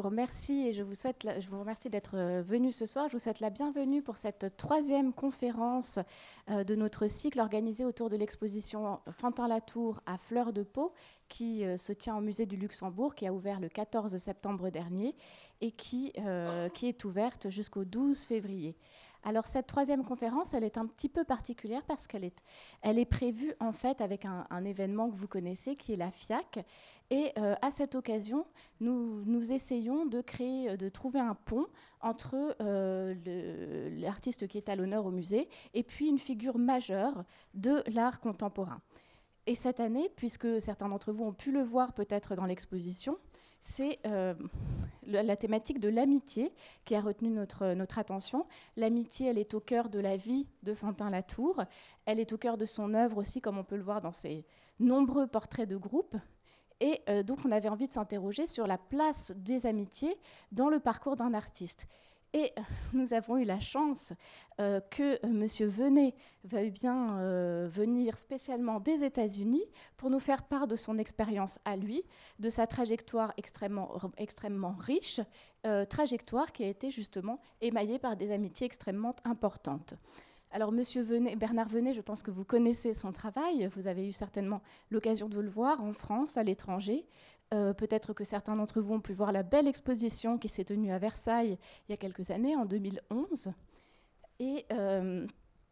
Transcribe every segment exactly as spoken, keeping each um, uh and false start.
remercie et je vous souhaite, la, je vous remercie d'être venu ce soir. Je vous souhaite la bienvenue pour cette troisième conférence euh, de notre cycle organisé autour de l'exposition Fantin-Latour à Fleur de Pau, qui euh, se tient au musée du Luxembourg, qui a ouvert le quatorze septembre dernier et qui, euh, qui est ouverte jusqu'au douze février. Alors cette troisième conférence, elle est un petit peu particulière parce qu'elle est, elle est prévue en fait avec un, un événement que vous connaissez qui est la FIAC. Et euh, à cette occasion, nous, nous essayons de créer, de trouver un pont entre euh, le, l'artiste qui est à l'honneur au musée et puis une figure majeure de l'art contemporain. Et cette année, puisque certains d'entre vous ont pu le voir peut-être dans l'exposition, c'est euh, la, la thématique de l'amitié qui a retenu notre, notre attention. L'amitié, elle est au cœur de la vie de Fantin-Latour. Elle est au cœur de son œuvre aussi, comme on peut le voir dans ses nombreux portraits de groupe. Et euh, donc, on avait envie de s'interroger sur la place des amitiés dans le parcours d'un artiste. Et euh, nous avons eu la chance euh, que euh, M. Venet veuille bien euh, venir spécialement des États-Unis pour nous faire part de son expérience à lui, de sa trajectoire extrêmement, extrêmement riche, euh, trajectoire qui a été justement émaillée par des amitiés extrêmement importantes. Alors, Monsieur Venet, Bernard Venet, je pense que vous connaissez son travail. Vous avez eu certainement l'occasion de le voir en France, à l'étranger. Euh, peut-être que certains d'entre vous ont pu voir la belle exposition qui s'est tenue à Versailles il y a quelques années, en deux mille onze. Et, euh,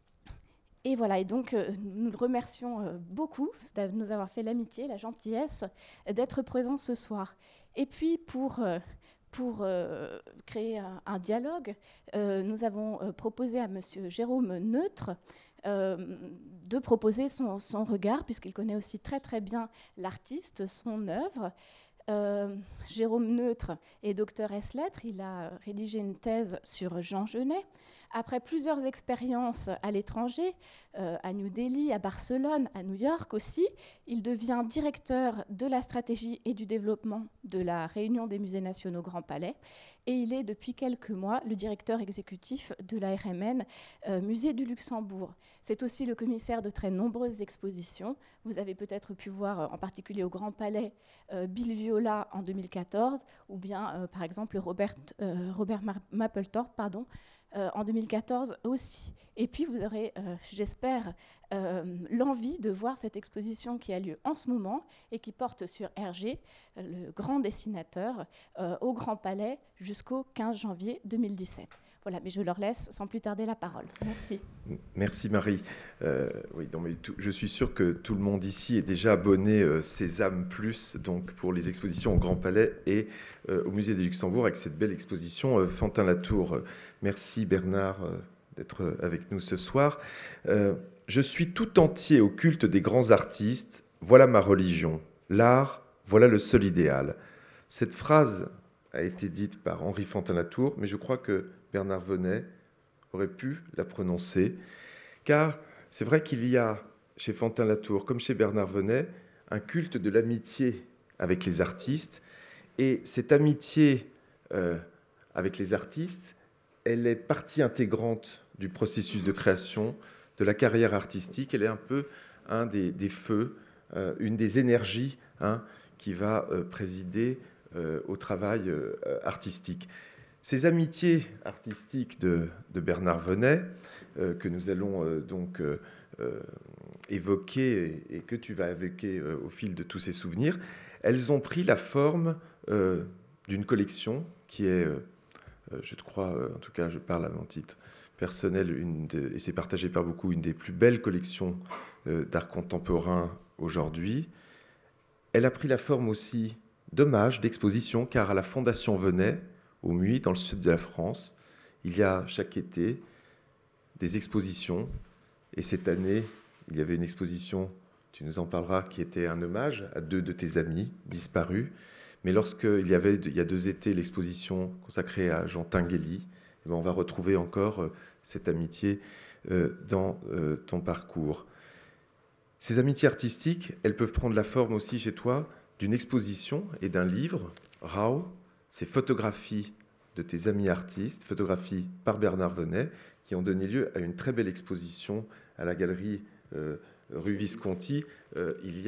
et voilà, et donc euh, nous le remercions euh, beaucoup de nous avoir fait l'amitié, la gentillesse d'être présents ce soir. Et puis, pour... Euh, Pour euh, créer un, un dialogue, euh, nous avons euh, proposé à M. Jérôme Neutre euh, de proposer son, son regard, puisqu'il connaît aussi très très bien l'artiste, son œuvre. Euh, Jérôme Neutre est docteur ès lettres, il a rédigé une thèse sur Jean Genet. Après plusieurs expériences à l'étranger, euh, à New Delhi, à Barcelone, à New York aussi, il devient directeur de la stratégie et du développement de la Réunion des musées nationaux Grand Palais et il est depuis quelques mois le directeur exécutif de l'A R M N euh, Musée du Luxembourg. C'est aussi le commissaire de très nombreuses expositions. Vous avez peut-être pu voir en particulier au Grand Palais euh, Bill Viola en deux mille quatorze ou bien euh, par exemple Robert, euh, Robert Mapplethorpe, pardon, Euh, en deux mille quatorze aussi. Et puis vous aurez, euh, j'espère, euh, l'envie de voir cette exposition qui a lieu en ce moment et qui porte sur Hergé, euh, le grand dessinateur, euh, au Grand Palais jusqu'au quinze janvier deux mille dix-sept. Voilà, mais je leur laisse sans plus tarder la parole. Merci. Merci Marie. Euh, oui, non, mais tout, je suis sûr que tout le monde ici est déjà abonné euh, Sésame Plus, donc pour les expositions au Grand Palais et euh, au Musée du Luxembourg avec cette belle exposition euh, Fantin-Latour. Merci Bernard euh, d'être avec nous ce soir. Euh, je suis tout entier au culte des grands artistes. Voilà ma religion. L'art, voilà le seul idéal. Cette phrase a été dite par Henri Fantin-Latour, mais je crois que Bernard Venet aurait pu la prononcer, car c'est vrai qu'il y a chez Fantin-Latour, comme chez Bernard Venet, un culte de l'amitié avec les artistes, et cette amitié euh, avec les artistes, elle est partie intégrante du processus de création, de la carrière artistique, elle est un peu un des, des feux, euh, une des énergies hein, qui va euh, présider euh, au travail euh, artistique. Ces amitiés artistiques de, de Bernard Venet, euh, que nous allons euh, donc euh, euh, évoquer et, et que tu vas évoquer euh, au fil de tous ces souvenirs, elles ont pris la forme euh, d'une collection qui est, euh, je crois, euh, en tout cas je parle à mon titre personnel, une de, et c'est partagé par beaucoup, une des plus belles collections euh, d'art contemporain aujourd'hui. Elle a pris la forme aussi d'hommages, d'expositions, car à la Fondation Venet, au Muy, dans le sud de la France, il y a chaque été des expositions. Et cette année, il y avait une exposition, tu nous en parleras, qui était un hommage à deux de tes amis disparus. Mais lorsqu'il y avait, il y a deux étés, l'exposition consacrée à Jean Tinguely, eh bien on va retrouver encore cette amitié dans ton parcours. Ces amitiés artistiques, elles peuvent prendre la forme aussi chez toi d'une exposition et d'un livre, Rao, ces photographies de tes amis artistes, photographies par Bernard Venet, qui ont donné lieu à une très belle exposition à la galerie euh, rue Visconti euh, il y a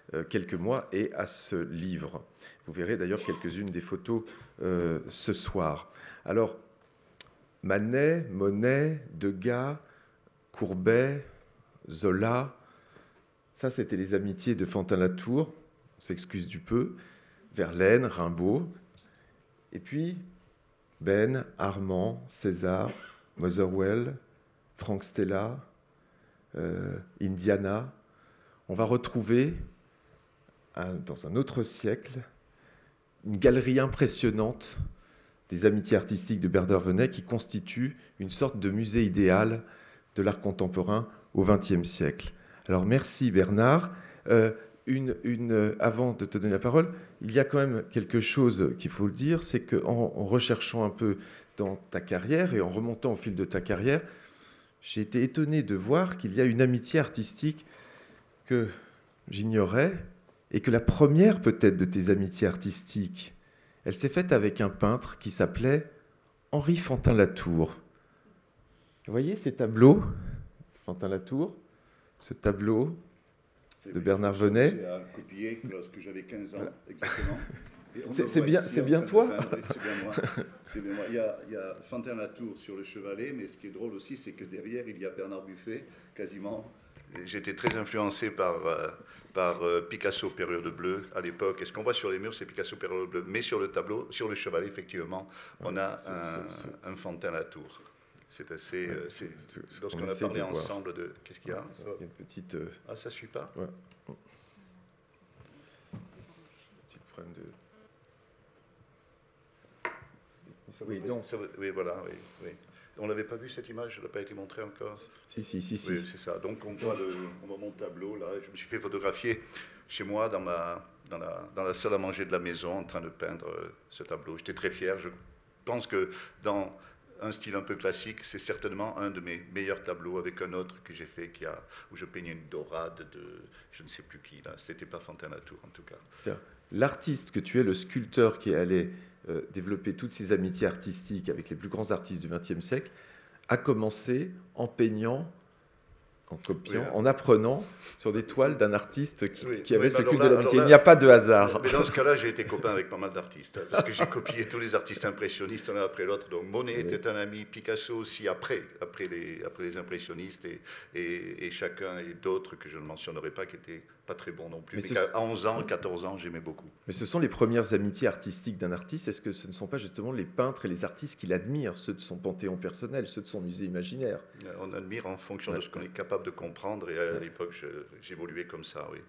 euh, quelques mois et à ce livre. Vous verrez d'ailleurs quelques-unes des photos euh, ce soir. Alors, Manet, Monet, Degas, Courbet, Zola, ça c'était les amitiés de Fantin-Latour, on s'excuse du peu, Verlaine, Rimbaud, et puis Ben, Armand, César, Motherwell, Frank Stella, euh, Indiana. On va retrouver, un, dans un autre siècle, une galerie impressionnante des amitiés artistiques de Bernard Venet qui constitue une sorte de musée idéal de l'art contemporain au vingtième siècle. Alors merci Bernard. Euh, une, une, avant de te donner la parole, il y a quand même quelque chose qu'il faut le dire, c'est qu'en en recherchant un peu dans ta carrière et en remontant au fil de ta carrière, j'ai été étonné de voir qu'il y a une amitié artistique que j'ignorais et que la première peut-être de tes amitiés artistiques, elle s'est faite avec un peintre qui s'appelait Henri Fantin-Latour. Vous voyez ces tableaux, Fantin-Latour, ce tableau de Bernard Venet. J'ai à copier lorsque j'avais quinze ans, voilà. Exactement. C'est bien, c'est bien toi. C'est bien moi. C'est bien moi. Il y a, il y a Fantin-Latour sur le chevalet, mais ce qui est drôle aussi, c'est que derrière, il y a Bernard Buffet, quasiment. J'étais très influencé par, euh, par euh, Picasso, période bleue, à l'époque. Et ce qu'on voit sur les murs, c'est Picasso, période bleue. Mais sur le tableau, sur le chevalet, effectivement, on a c'est, un, c'est, c'est... un Fantin-Latour. C'est assez... Euh, c'est, lorsqu'on a parlé ensemble de... Qu'est-ce qu'il y a ? Il y a une petite... Euh... Ah, ça ne suit pas ? Ouais. Petit problème de... Ça oui, donc... Ça, oui, voilà, oui, oui. On ne l'avait pas vu cette image, elle n'a pas été montrée encore. Si, si, si. si. Oui, c'est ça. Donc on voit, le, on voit mon tableau, là. Je me suis fait photographier chez moi, dans, ma, dans, la, dans la salle à manger de la maison, en train de peindre ce tableau. J'étais très fier. Je pense que dans un style un peu classique, c'est certainement un de mes meilleurs tableaux, avec un autre que j'ai fait, qui a, où je peignais une dorade de je ne sais plus qui, là. C'était pas Fantin-Latour, en tout cas. Tiens, l'artiste que tu es, le sculpteur qui est allé euh, développer toutes ces amitiés artistiques avec les plus grands artistes du vingtième siècle, a commencé en peignant, en copiant, oui, en apprenant sur des toiles d'un artiste qui, oui, qui avait oui, ce culte de l'amitié. Il n'y a pas de hasard. Mais dans ce cas-là, j'ai été copain avec pas mal d'artistes, parce que j'ai copié tous les artistes impressionnistes l'un après l'autre. Donc Monet oui. était un ami, Picasso aussi après, après les, après les impressionnistes, et, et, et chacun et d'autres que je ne mentionnerai pas, qui étaient pas très bons non plus. Mais, mais ce... à onze ans, quatorze ans, j'aimais beaucoup. Mais ce sont les premières amitiés artistiques d'un artiste. Est-ce que ce ne sont pas justement les peintres et les artistes qu'il admire, ceux de son panthéon personnel, ceux de son musée imaginaire ? On admire en fonction ouais. de ce qu'on est capable de comprendre, et à l'époque, j'évoluais comme ça, oui.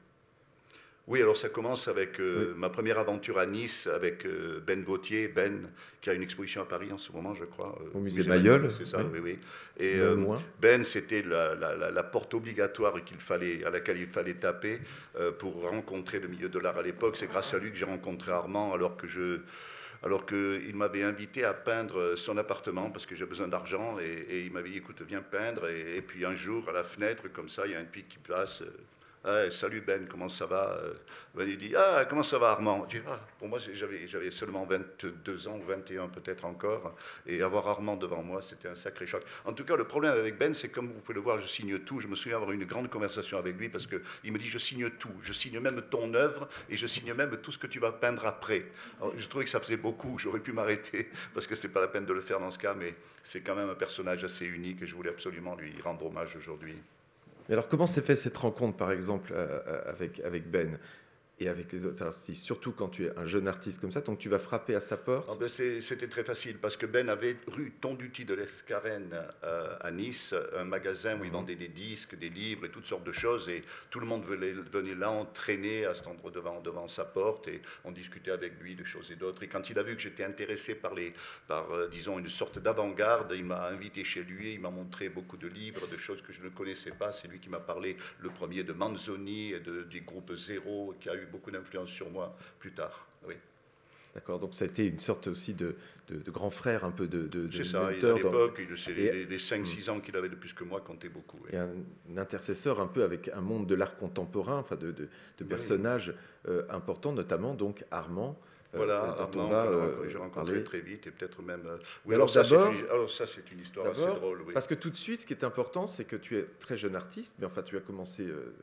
Oui, alors ça commence avec euh, oui. ma première aventure à Nice, avec euh, Ben Vautier, Ben, qui a une exposition à Paris en ce moment, je crois. Euh, Au musée, musée Mayol. C'est ça, oui, oui. oui. Et euh, Ben, c'était la, la, la, la porte obligatoire qu'il fallait, à laquelle il fallait taper euh, pour rencontrer le milieu de l'art à l'époque. C'est grâce à lui que j'ai rencontré Armand, alors que je... alors qu'il m'avait invité à peindre son appartement parce que j'ai besoin d'argent, et, et il m'avait dit, écoute, viens peindre, et, et puis un jour, à la fenêtre, comme ça, il y a un pic qui passe, ah, salut Ben, comment ça va? Ben, il dit, ah, comment ça va Armand? Je dis, ah, pour moi, j'avais, j'avais seulement vingt-deux ans, ou vingt et un peut-être encore, et avoir Armand devant moi, c'était un sacré choc. En tout cas, le problème avec Ben, c'est comme vous pouvez le voir, je signe tout. Je me souviens avoir eu une grande conversation avec lui, parce qu'il me dit, je signe tout, je signe même ton œuvre, et je signe même tout ce que tu vas peindre après. Alors, je trouvais que ça faisait beaucoup, j'aurais pu m'arrêter, parce que ce n'était pas la peine de le faire dans ce cas, mais c'est quand même un personnage assez unique, et je voulais absolument lui rendre hommage aujourd'hui. Mais alors, comment s'est fait cette rencontre, par exemple, euh, avec, avec Ben et avec les autres artistes, surtout quand tu es un jeune artiste comme ça, donc tu vas frapper à sa porte? Ah ben c'était très facile, parce que Ben avait rue Tonduti de l'Escarène euh, à Nice, un magasin où mmh. il vendait des disques, des livres et toutes sortes de choses, et tout le monde venait, venait là entraîner à cet endroit devant, devant sa porte, et on discutait avec lui de choses et d'autres. Et quand il a vu que j'étais intéressé par, les, par euh, disons, une sorte d'avant-garde, il m'a invité chez lui, il m'a montré beaucoup de livres, de choses que je ne connaissais pas. C'est lui qui m'a parlé le premier de Manzoni, et de, du groupe Zéro, qui a eu beaucoup d'influence sur moi plus tard, oui. D'accord, donc ça a été une sorte aussi de, de, de grand frère, un peu de, de, c'est ça, mentor. À l'époque, dans... les, les cinq six ans qu'il avait de plus que moi comptaient beaucoup. Oui. Et un, un intercesseur un peu avec un monde de l'art contemporain, enfin de, de, de personnages oui. euh, importants, notamment donc Armand. Voilà, euh, Armand, on va, euh, j'ai rencontré parler. très vite, et peut-être même... Euh, oui, alors, alors, ça, une, alors ça, c'est une histoire assez drôle. Oui. Parce que tout de suite, ce qui est important, c'est que tu es très jeune artiste, mais enfin, tu as commencé... Euh,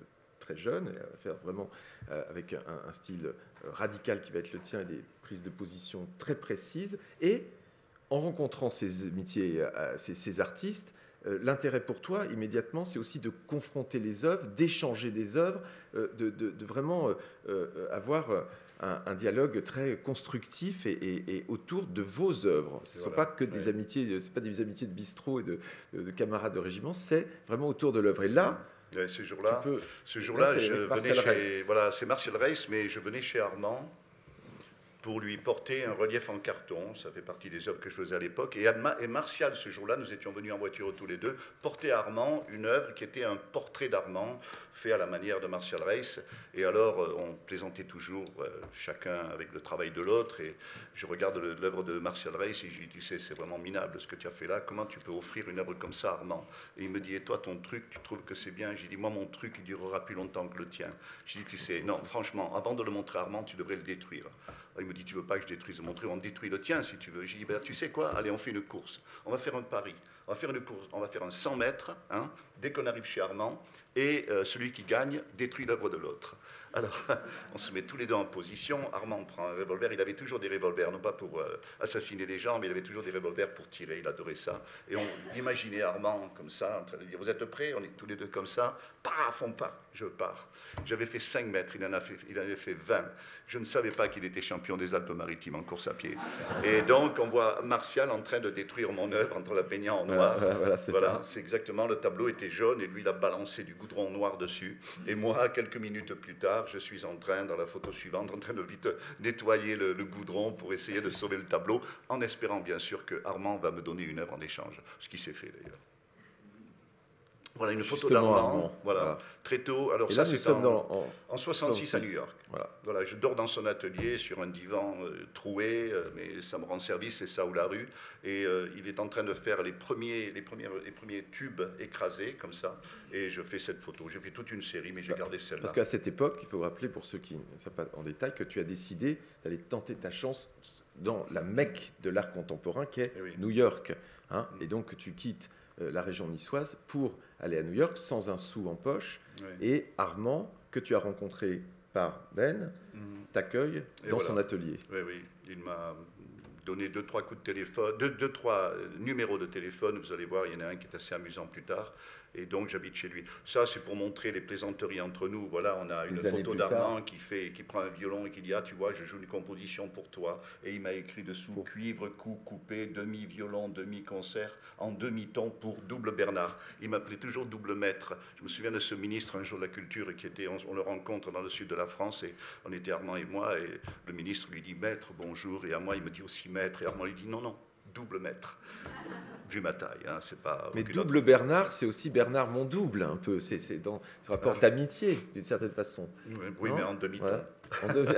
très jeune, et à faire vraiment euh, avec un, un style radical qui va être le tien et des prises de position très précises. Et en rencontrant ces amitiés, euh, ces, ces artistes, euh, l'intérêt pour toi, immédiatement, c'est aussi de confronter les œuvres, d'échanger des œuvres, euh, de, de, de vraiment euh, euh, avoir un, un dialogue très constructif et, et, et autour de vos œuvres. Ce ne sont voilà. pas que des ouais. amitiés, c'est pas des amitiés de bistrot et de, de, de camarades de régiment, c'est vraiment autour de l'œuvre. Et là, ouais, ce jour-là, peux... ce jour-là, je venais chez, voilà, c'est Martial Reiss, mais je venais chez Armand pour lui porter un relief en carton. Ça fait partie des œuvres que je faisais à l'époque. Et, et Martial, ce jour-là, nous étions venus en voiture tous les deux, porter à Armand une œuvre qui était un portrait d'Armand, fait à la manière de Martial Reiss. Et alors, on plaisantait toujours, euh, chacun avec le travail de l'autre. Et je regarde l'œuvre de Martial Reiss et je lui dis, tu sais, c'est vraiment minable ce que tu as fait là. Comment tu peux offrir une œuvre comme ça à Armand? Et il me dit, et toi, ton truc, tu trouves que c'est bien? J'ai dit, moi, mon truc, il durera plus longtemps que le tien. J'ai dit, tu sais, non, franchement, avant de le montrer à Armand, tu devrais le détruire. Il me dit, tu veux pas que je détruise mon truc, on détruit le tien si tu veux. J'ai dit, ben, tu sais quoi, allez, on fait une course. On va faire un pari. On va faire une course, on va faire un cent mètres, hein, dès qu'on arrive chez Armand, et euh, celui qui gagne détruit l'œuvre de l'autre. Alors, on se met tous les deux en position. Armand prend un revolver. Il avait toujours des revolvers, non pas pour euh, assassiner les gens, mais il avait toujours des revolvers pour tirer. Il adorait ça. Et on imaginait Armand comme ça, en train de dire, vous êtes prêts? On est tous les deux comme ça. Paf, on part. Je pars. J'avais fait cinq mètres, il en a fait, il en avait fait vingt. Je ne savais pas qu'il était champion des Alpes-Maritimes en course à pied. Et donc, on voit Martial en train de détruire mon œuvre en la peignant en noir. Voilà, voilà, c'est voilà, c'est exactement, le tableau était jaune et lui, il a balancé du goudron noir dessus. Et moi, quelques minutes plus tard, je suis en train, dans la photo suivante, en train de vite nettoyer le, le goudron pour essayer de sauver le tableau, en espérant bien sûr que Armand va me donner une œuvre en échange, ce qui s'est fait d'ailleurs. Voilà une photo d'Armand, voilà, voilà, très tôt. Alors et ça, là, c'est en, en, en soixante-six à New York. Voilà. Voilà, je dors dans son atelier sur un divan euh, troué, euh, mais ça me rend service, c'est ça ou la rue. Et euh, il est en train de faire les premiers, les, premiers, les premiers tubes écrasés, comme ça. Et je fais cette photo. J'ai fait toute une série, mais j'ai bah, gardé celle-là. Parce qu'à cette époque, il faut rappeler, pour ceux qui ne savent pas en détail, que tu as décidé d'aller tenter ta chance dans la Mecque de l'art contemporain, qui est oui. New York. Hein, mmh. Et donc, tu quittes euh, la région niçoise pour aller à New York sans un sou en poche. Oui. Et Armand, que tu as rencontré par Ben, mmh. t'accueille et dans voilà. son atelier. Oui, oui. Il m'a donné deux, trois coups de téléphone, deux, deux, trois numéros de téléphone. Vous allez voir, il y en a un qui est assez amusant plus tard. Et donc, j'habite chez lui. Ça, c'est pour montrer les plaisanteries entre nous. Voilà, on a une Des photo d'Armand qui, fait, qui prend un violon et qui dit « Ah, tu vois, je joue une composition pour toi. » Et il m'a écrit dessous pour... « Cuivre, coup, coupé, demi-violon, demi-concert, en demi-ton pour double Bernard. » Il m'appelait toujours double maître. Je me souviens de ce ministre, un jour de la culture, qui était, on, on le rencontre dans le sud de la France, et on était Armand et moi, et le ministre lui dit « Maître, bonjour. » Et à moi, il me dit aussi « Maître. » Et Armand lui dit « Non, non. » Double maître, vu ma taille, hein, c'est pas... Mais double autre. Bernard, c'est aussi Bernard mon double, un peu, c'est, c'est dans, ça rapporte ah, amitié, d'une certaine façon. Oui, oui mais en demi-ton. Voilà. On devient...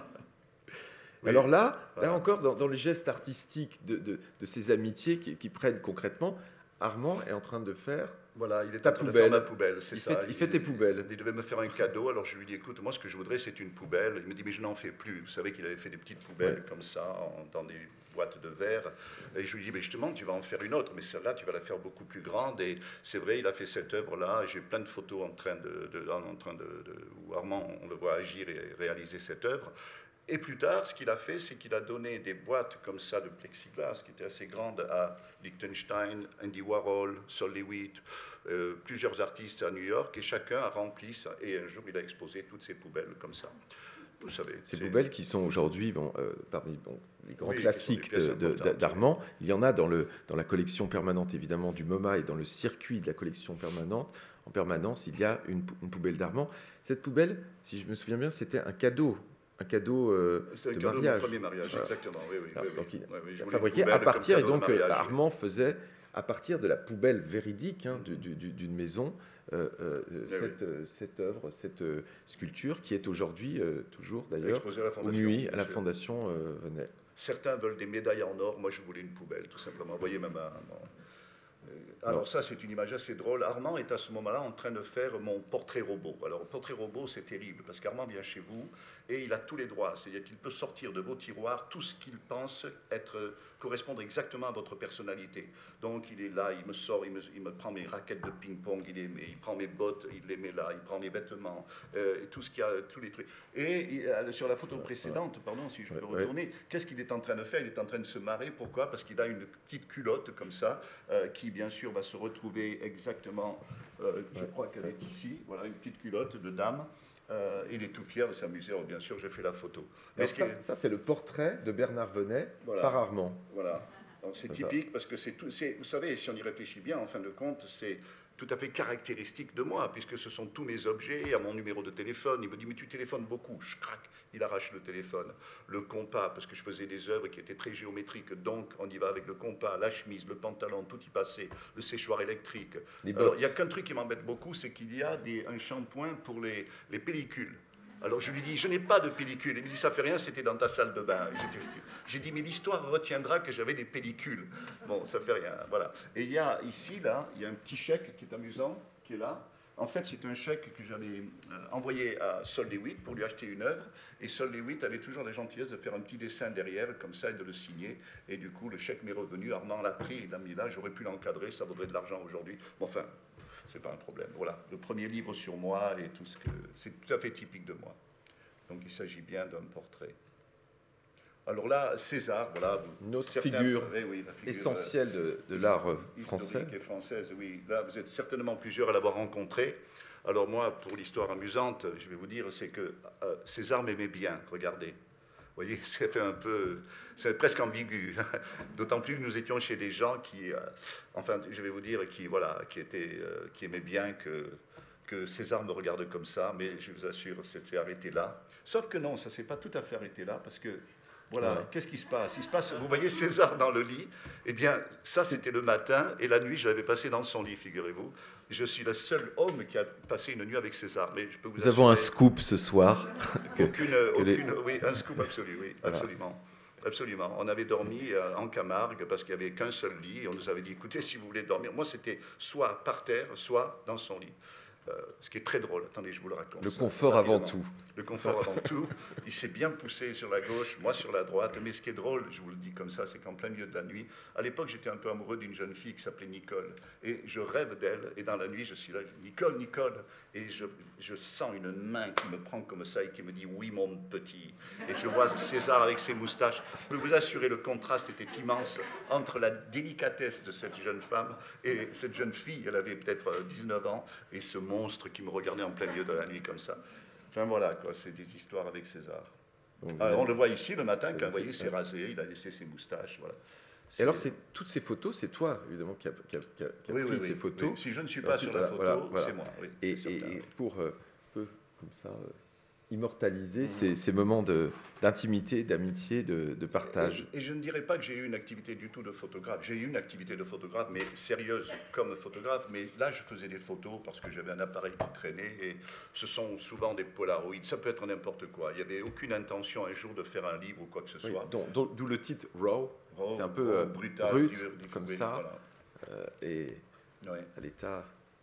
oui. Alors là, voilà. là encore, dans, dans les gestes artistiques de, de, de ces amitiés qui, qui prennent concrètement, Armand est en train de faire... Voilà, il est ta en train poubelle. de faire ma poubelle, c'est il ça. Fait, il, il fait tes poubelles. Il devait me faire un cadeau, alors je lui dis, écoute, moi ce que je voudrais c'est une poubelle. Il me dit, mais je n'en fais plus. Vous savez qu'il avait fait des petites poubelles ouais. comme ça, en, dans des boîtes de verre. Et je lui dis, mais justement, tu vas en faire une autre, mais celle-là, tu vas la faire beaucoup plus grande. Et c'est vrai, il a fait cette œuvre-là. J'ai plein de photos en train de, de, en train de, de, où Armand, on le voit agir et réaliser cette œuvre. Et plus tard, ce qu'il a fait, c'est qu'il a donné des boîtes comme ça de plexiglas, qui étaient assez grandes, à Liechtenstein, Andy Warhol, Sol Lewitt, euh, plusieurs artistes à New York, et chacun a rempli ça. Et un jour, il a exposé toutes ces poubelles comme ça. Vous savez, ces c'est... poubelles qui sont aujourd'hui bon, euh, parmi bon, les grands oui, classiques de, de, d'Armand. Il y en a dans, le, dans la collection permanente, évidemment, du MoMA, et dans le circuit de la collection permanente. En permanence, il y a une, une poubelle d'Armand. Cette poubelle, si je me souviens bien, c'était un cadeau. Un cadeau euh, c'est un de cadeau mariage. de premier mariage, voilà. Exactement. Oui, oui, Alors, oui, donc, oui. il oui, oui, a fabriqué à partir, et donc mariage, Armand oui. faisait, à partir de la poubelle véridique hein, du, du, d'une maison, euh, euh, oui, cette, oui. cette œuvre, cette euh, sculpture qui est aujourd'hui, euh, toujours d'ailleurs, au M U I, à la Fondation euh, Venel. Certains veulent des médailles en or, moi je voulais une poubelle, tout simplement. Vous voyez, même, Alors ça, c'est une image assez drôle. Armand est à ce moment-là en train de faire mon portrait robot. Alors, portrait robot, c'est terrible, parce qu'Armand vient chez vous et il a tous les droits. C'est-à-dire qu'il peut sortir de vos tiroirs tout ce qu'il pense être, correspondre exactement à votre personnalité. Donc, il est là, il me sort, il me, il me prend mes raquettes de ping-pong, il, est, il prend mes bottes, il les met là, il prend mes vêtements, euh, tout ce qu'il y a, tous les trucs. Et il, sur la photo précédente, pardon, si je peux ouais, retourner, ouais. Qu'est-ce qu'il est en train de faire? Il est en train de se marrer. Pourquoi? Parce qu'il a une petite culotte comme ça, euh, qui bien sûr va se retrouver exactement, euh, je crois qu'elle est ici, voilà, une petite culotte de dame. Euh, il est tout fier de s'amuser. Alors, bien sûr, j'ai fait la photo. Mais ça, est... ça c'est le portrait de Bernard Venet voilà. par Armand. Voilà. Donc c'est typique ça. Parce que c'est tout. Vous savez, si on y réfléchit bien, en fin de compte, c'est tout à fait caractéristique de moi, puisque ce sont tous mes objets. Il y a mon numéro de téléphone. Il me dit, mais tu téléphones beaucoup. Je craque. Il arrache le téléphone. Le compas, parce que je faisais des œuvres qui étaient très géométriques. Donc, on y va avec le compas, la chemise, le pantalon, tout y passait. Le séchoir électrique. Alors, il n'y a qu'un truc qui m'embête beaucoup, c'est qu'il y a des, un shampoing pour les, les pellicules. Alors je lui dis, je n'ai pas de pellicule. Il me dit, ça fait rien, c'était dans ta salle de bain. J'ai dit, mais l'histoire retiendra que j'avais des pellicules. Bon, ça fait rien, voilà. Et il y a ici, là, il y a un petit chèque qui est amusant, qui est là. En fait, c'est un chèque que j'avais euh, envoyé à Sol DeWitt pour lui acheter une œuvre. Et Sol DeWitt avait toujours la gentillesse de faire un petit dessin derrière, comme ça, et de le signer. Et du coup, le chèque m'est revenu. Armand l'a pris, il l'a mis là. J'aurais pu l'encadrer, ça vaudrait de l'argent aujourd'hui. Bon, enfin... c'est pas un problème. Voilà, le premier livre sur moi et tout ce que... c'est tout à fait typique de moi. Donc il s'agit bien d'un portrait. Alors là, César, voilà... Une autre certains... figure, eh oui, la figure essentielle de, de l'art français. Et française, oui. Là, vous êtes certainement plusieurs à l'avoir rencontré. Alors moi, pour l'histoire amusante, je vais vous dire, c'est que euh, César m'aimait bien, regardez. Vous voyez, c'est fait un peu, c'est presque ambigu. D'autant plus que nous étions chez des gens qui, euh, enfin, je vais vous dire, qui, voilà, qui étaient, euh, qui aimaient bien que, que César me regarde comme ça, mais je vous assure, ça s'est arrêté là. Sauf que non, ça ne s'est pas tout à fait arrêté là, parce que, voilà, ouais. Qu'est-ce qui se passe? Il se passe, vous voyez César dans le lit, eh bien, ça c'était le matin, et la nuit, je l'avais passé dans son lit, figurez-vous. Je suis le seul homme qui a passé une nuit avec César. Mais je peux vous Nous avons un scoop ce soir. que, aucune, aucune, les... Oui, un scoop absolu, oui, absolument. Voilà. Absolument. On avait dormi en Camargue parce qu'il n'y avait qu'un seul lit. On nous avait dit, écoutez, si vous voulez dormir, moi c'était soit par terre, soit dans son lit. Euh, ce qui est très drôle. Attendez, je vous le raconte. Le ça, confort avant tout. Le confort avant tout. Il s'est bien poussé sur la gauche, moi sur la droite. Mais ce qui est drôle, je vous le dis comme ça, c'est qu'en plein milieu de la nuit, à l'époque, j'étais un peu amoureux d'une jeune fille qui s'appelait Nicole. Et je rêve d'elle. Et dans la nuit, je suis là, Nicole, Nicole. Et je, je sens une main qui me prend comme ça et qui me dit, oui, mon petit. Et je vois César avec ses moustaches. Je peux vous assurer, le contraste était immense entre la délicatesse de cette jeune femme et cette jeune fille. Elle avait peut-être dix-neuf ans. Et ce monstre qui me regardait en plein milieu de la nuit comme ça. Enfin voilà, quoi, c'est des histoires avec César. Donc, alors, on le voit ici le matin, quand vous voyez, s'est rasé, il a laissé ses moustaches. Voilà. Et alors, c'est, toutes ces photos, c'est toi, évidemment, qui a, qui a, qui a oui, pris oui, ces oui, photos. Oui. Si je ne suis pas alors, sur voilà, la photo, voilà, voilà. c'est moi. Oui, et, et, et pour euh, peu, comme ça, euh, immortaliser mmh. ces, ces moments de, d'intimité, d'amitié, de, de partage. Et, et je ne dirais pas que j'ai eu une activité du tout de photographe. J'ai eu une activité de photographe, mais sérieuse comme photographe. Mais là, je faisais des photos parce que j'avais un appareil qui traînait. Et ce sont souvent des polaroïdes. Ça peut être n'importe quoi. Il n'y avait aucune intention un jour de faire un livre ou quoi que ce soit. Oui, donc, d'où le titre Raw. Raw c'est un peu euh, brutal, brut, divers, divers, comme ça. Voilà. Euh, et ouais. à l'état...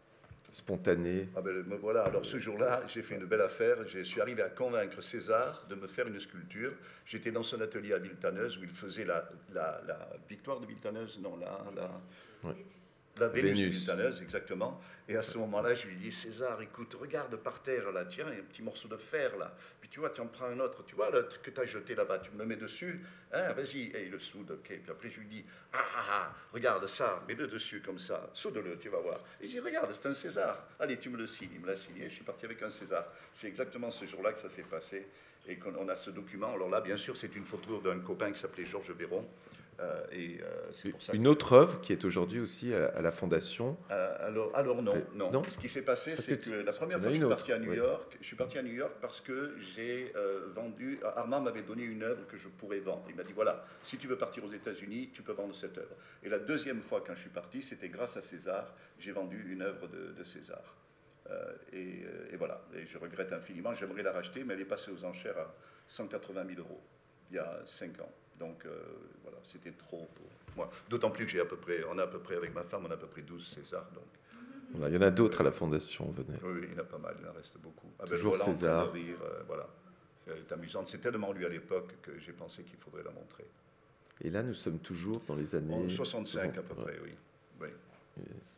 spontané. Ah ben, me voilà. Alors ce jour-là, j'ai fait une belle affaire. Je suis arrivé à convaincre César de me faire une sculpture. J'étais dans son atelier à Villetaneuse où il faisait la, la, la victoire de Villetaneuse, non, la, la, ouais. la Vénus, Vénus de Villetaneuse, exactement. Et à ce moment-là, je lui dis, César, écoute, regarde par terre, là, tiens, il y a un petit morceau de fer, là. Puis tu vois, tu en prends un autre. Tu vois, le truc que tu as jeté là-bas, tu me mets dessus. Hein, vas-y. Et il le soude, ok. Puis après, je lui dis, ah, ah, ah, regarde ça, mets-le dessus comme ça. Soude-le, tu vas voir. Et je dis, regarde, c'est un César. Allez, tu me le signes. Il me l'a signé. Je suis parti avec un César. C'est exactement ce jour-là que ça s'est passé. Et qu'on a ce document. Alors là, bien sûr, c'est une photo d'un copain qui s'appelait Georges Véron. Euh, et euh, c'est pour ça une que... autre œuvre qui est aujourd'hui aussi à, à la Fondation. Euh, alors, alors non, non, non. Ce qui s'est passé, parce c'est que, que la première fois que je suis parti à New York, oui. je suis parti à New York parce que j'ai euh, vendu. Armand m'avait donné une œuvre que je pourrais vendre. Il m'a dit voilà, si tu veux partir aux États-Unis, tu peux vendre cette œuvre. Et la deuxième fois quand je suis parti, c'était grâce à César. J'ai vendu une œuvre de, de César. Euh, et, et voilà. Et je regrette infiniment. J'aimerais la racheter, mais elle est passée aux enchères à cent quatre-vingt mille euros il y a cinq ans. Donc euh, voilà, c'était trop pour moi. D'autant plus que j'ai à peu près, on a à peu près avec ma femme, on a à peu près douze Césars. Donc. Voilà, il y en a d'autres à la Fondation, venez. Oui, oui, il y en a pas mal, il en reste beaucoup. Toujours Abel César. Rire, euh, voilà. C'est amusant. C'est tellement lu à l'époque que j'ai pensé qu'il faudrait la montrer. Et là, nous sommes toujours dans les années... En soixante-cinq à peu près, oui. oui. Yes.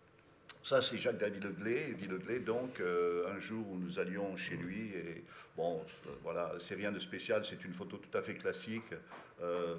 Ça, c'est Jacques-David Leglé. Villeglé, donc, euh, un jour où nous allions chez lui, et bon, euh, voilà, c'est rien de spécial, c'est une photo tout à fait classique. Euh,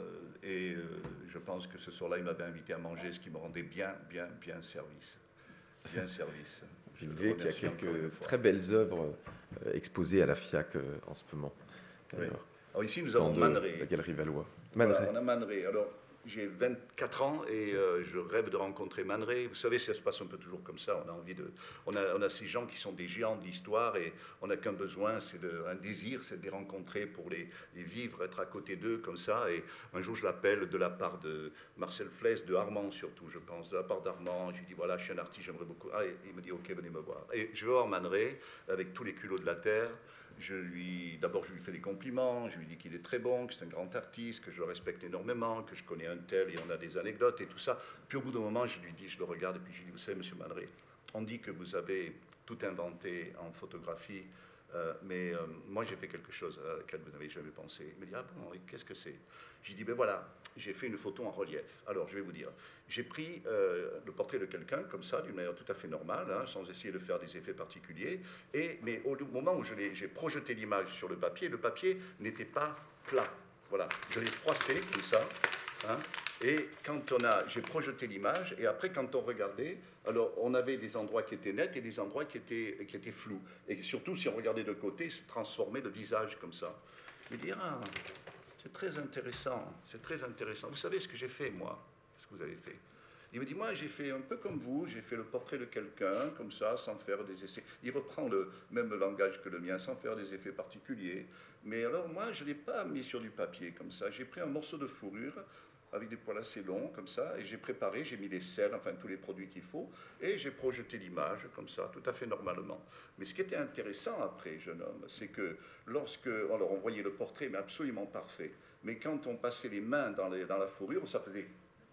et euh, je pense que ce soir-là, il m'avait invité à manger, ce qui me rendait bien, bien, bien service. Bien service. Villeglé qui a quelques très belles œuvres euh, exposées à la FIAC euh, en ce moment. Oui. Alors ici, nous avons Man Ray. La Galerie Valois. Man Ray. Voilà, on a Man Ray. Alors, j'ai vingt-quatre ans et euh, je rêve de rencontrer Man Ray. Vous savez, ça se passe un peu toujours comme ça. On a envie de, on a, on a ces gens qui sont des géants de l'histoire et on n'a qu'un besoin, c'est de, un désir, c'est de les rencontrer pour les, les vivre, être à côté d'eux comme ça. Et un jour, je l'appelle de la part de Marcel Flès, de Armand surtout, je pense, de la part d'Armand. Je lui dis voilà, je suis un artiste, j'aimerais beaucoup. Ah, et il me dit ok, venez me voir. Et je vais voir Man Ray avec tous les culots de la terre. Je lui, d'abord, je lui fais des compliments, je lui dis qu'il est très bon, que c'est un grand artiste, que je le respecte énormément, que je connais un tel et on a des anecdotes et tout ça. Puis au bout d'un moment, je lui dis, je le regarde et puis je lui dis, vous savez, monsieur Man Ray, on dit que vous avez tout inventé en photographie, euh, mais euh, moi j'ai fait quelque chose à laquelle vous n'avez jamais pensé. Il me dit, ah bon, et qu'est-ce que c'est? J'ai dit, ben voilà, j'ai fait une photo en relief. Alors, je vais vous dire, j'ai pris euh, le portrait de quelqu'un, comme ça, d'une manière tout à fait normale, hein, sans essayer de faire des effets particuliers, et, mais au moment où j'ai projeté l'image sur le papier, le papier n'était pas plat. Voilà, je l'ai froissé, comme ça, hein, et quand on a, j'ai projeté l'image, et après, quand on regardait, alors, on avait des endroits qui étaient nets et des endroits qui étaient, qui étaient flous. Et surtout, si on regardait de côté, se transformait le visage, comme ça. Je me dis, ah... c'est très intéressant, c'est très intéressant. Vous savez ce que j'ai fait, moi? Qu'est-ce que vous avez fait? Il me dit, moi, j'ai fait un peu comme vous, j'ai fait le portrait de quelqu'un, comme ça, sans faire des essais. Il reprend le même langage que le mien, sans faire des effets particuliers. Mais alors, moi, je ne l'ai pas mis sur du papier, comme ça. J'ai pris un morceau de fourrure, avec des poils assez longs, comme ça, et j'ai préparé, j'ai mis les sels, enfin, tous les produits qu'il faut, et j'ai projeté l'image, comme ça, tout à fait normalement. Mais ce qui était intéressant après, jeune homme, c'est que lorsque, alors on voyait le portrait, mais absolument parfait, mais quand on passait les mains dans, les, dans la fourrure, ça faisait...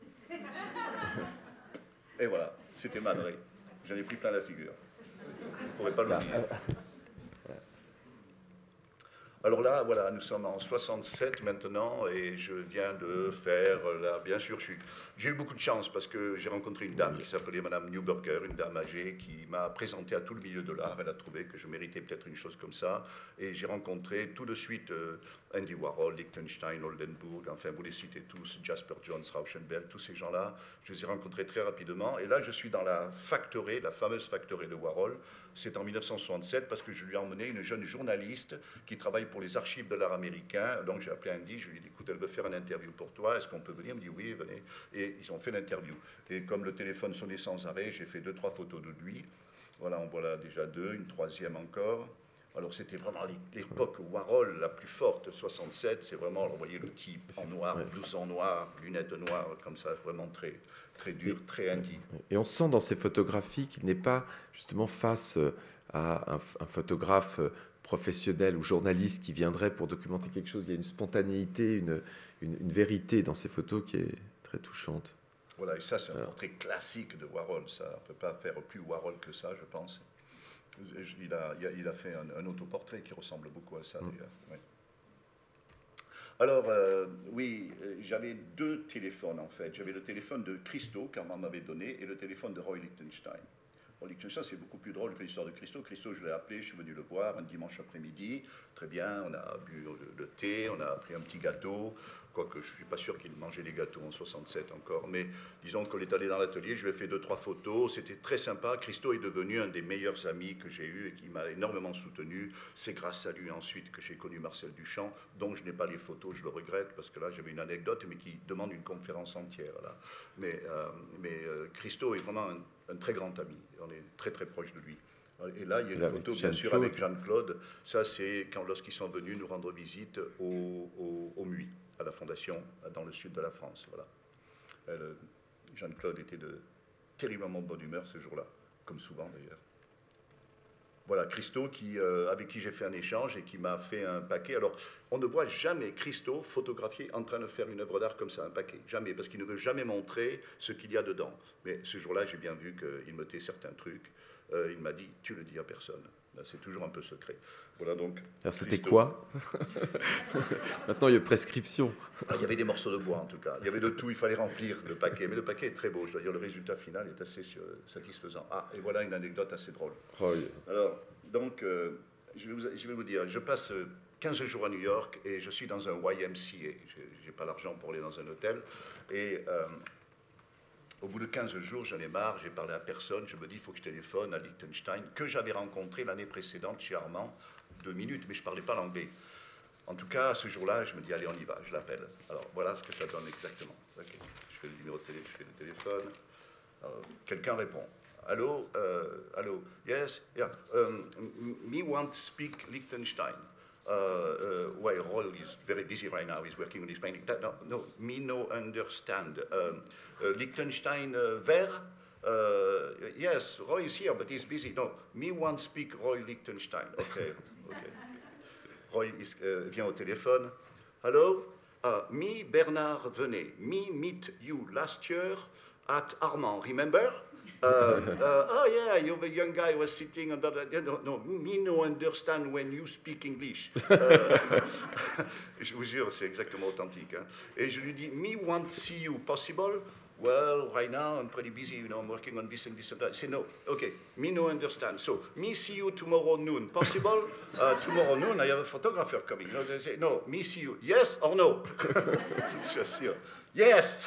Et voilà, c'était Man Ray. J'en ai pris plein la figure. Vous ne pourrez pas l'oublier. Alors là, voilà, nous sommes en soixante-sept maintenant et je viens de faire, là, bien sûr, j'ai eu beaucoup de chance parce que j'ai rencontré une dame qui s'appelait Madame Newburger, une dame âgée qui m'a présenté à tout le milieu de l'art. Elle a trouvé que je méritais peut-être une chose comme ça et j'ai rencontré tout de suite euh, Andy Warhol, Lichtenstein, Oldenburg, enfin vous les citez tous, Jasper Johns, Rauschenberg, tous ces gens-là. Je les ai rencontrés très rapidement et là je suis dans la factory, la fameuse factory de Warhol. C'est en mille neuf cent soixante-sept parce que je lui ai emmené une jeune journaliste qui travaille pour les archives de l'art américain. Donc j'ai appelé Andy, je lui ai dit, écoute, elle veut faire une interview pour toi, est-ce qu'on peut venir? Il me dit, oui, venez. Et ils ont fait l'interview. Et comme le téléphone sonnait sans arrêt, j'ai fait deux, trois photos de lui. Voilà, en voilà déjà deux, une troisième encore. Alors c'était vraiment l'époque Warhol la plus forte, soixante-sept, c'est vraiment, vous voyez le type en noir, blouson noir, lunettes noires, comme ça, vraiment très, très dur, et, très Andy. Et on sent dans ces photographies qu'il n'est pas justement face à un, un photographe professionnel ou journaliste qui viendrait pour documenter quelque chose. Il y a une spontanéité, une, une, une vérité dans ces photos qui est très touchante. Voilà, et ça c'est un Alors. portrait classique de Warhol, ça, on ne peut pas faire plus Warhol que ça, je pense. Il a, il a fait un, un autoportrait qui ressemble beaucoup à ça, mmh. d'ailleurs. Oui. Alors, euh, oui, j'avais deux téléphones, en fait. J'avais le téléphone de Christo, qu'Armand m'avait donné, et le téléphone de Roy Lichtenstein. Roy Lichtenstein, c'est beaucoup plus drôle que l'histoire de Christo. Christo, je l'ai appelé, je suis venu le voir un dimanche après-midi. Très bien, on a bu le, le thé, on a pris un petit gâteau. Quoique je ne suis pas sûr qu'il mangeait les gâteaux en soixante-sept encore, mais disons qu'on est allé dans l'atelier, je lui ai fait deux, trois photos, c'était très sympa. Christo est devenu un des meilleurs amis que j'ai eu et qui m'a énormément soutenu. C'est grâce à lui ensuite que j'ai connu Marcel Duchamp, dont je n'ai pas les photos, je le regrette, parce que là j'avais une anecdote, mais qui demande une conférence entière. Là. Mais, euh, mais euh, Christo est vraiment un, un très grand ami, on est très très proche de lui. Et là, il y a une là, photo, bien sûr, avec Jeanne-Claude. Ça, c'est quand lorsqu'ils sont venus nous rendre visite au, au, au M U I, à la Fondation, dans le sud de la France. Voilà. Elle, Jeanne-Claude était de terriblement bonne humeur ce jour-là, comme souvent d'ailleurs. Voilà, Christo, qui, euh, avec qui j'ai fait un échange et qui m'a fait un paquet. Alors, on ne voit jamais Christo photographié en train de faire une œuvre d'art comme ça, un paquet. Jamais, parce qu'il ne veut jamais montrer ce qu'il y a dedans. Mais ce jour-là, j'ai bien vu qu'il me tait certains trucs. Euh, il m'a dit, tu le dis à personne. C'est toujours un peu secret. Voilà donc. Alors c'était quoi? Maintenant il y a prescription. Ah, il y avait des morceaux de bois en tout cas. Il y avait de tout, il fallait remplir le paquet. Mais le paquet est très beau, je dois dire, le résultat final est assez satisfaisant. Ah, et voilà une anecdote assez drôle. Oh, yeah. Alors, donc, euh, je, vais vous, je vais vous dire, je passe quinze jours à New York et je suis dans un Y M C A. Je n'ai pas l'argent pour aller dans un hôtel. Et. Euh, Au bout de quinze jours, j'en ai marre, j'ai parlé à personne, je me dis, il faut que je téléphone à Liechtenstein, que j'avais rencontré l'année précédente chez Armand, deux minutes, mais je ne parlais pas l'anglais. En tout cas, ce jour-là, je me dis, allez, on y va, je l'appelle. Alors, voilà ce que ça donne exactement. Okay. Je fais le numéro de télé, je fais le téléphone. Quelqu'un répond. Allô, uh, allô, yes, yeah, um, me want to speak Liechtenstein. Uh, uh, well, Roll is very busy right now. He's working on his painting. No, no, me no understand. Um, uh, Liechtenstein, uh, where? Uh, yes, Roy is here, but he's busy. No, me want speak Roy Liechtenstein. Okay, okay. Roy is, uh, vient au téléphone. Hello, uh, me Bernard Venet. Me meet you last year at Armand. Remember? Uh, uh, oh yeah, you're the young guy who was sitting on that. No, no, me no understand when you speak English. Uh, je vous jure, c'est exactement authentique. Hein. Et je lui dis, me want see you, possible? Well, right now I'm pretty busy, you know, I'm working on this and this and that. I say, no, okay, me no understand. So, me see you tomorrow noon, possible? Uh, tomorrow noon, I have a photographer coming. You know, they say, no, me see you, yes or no? Je suis sûr. Yes.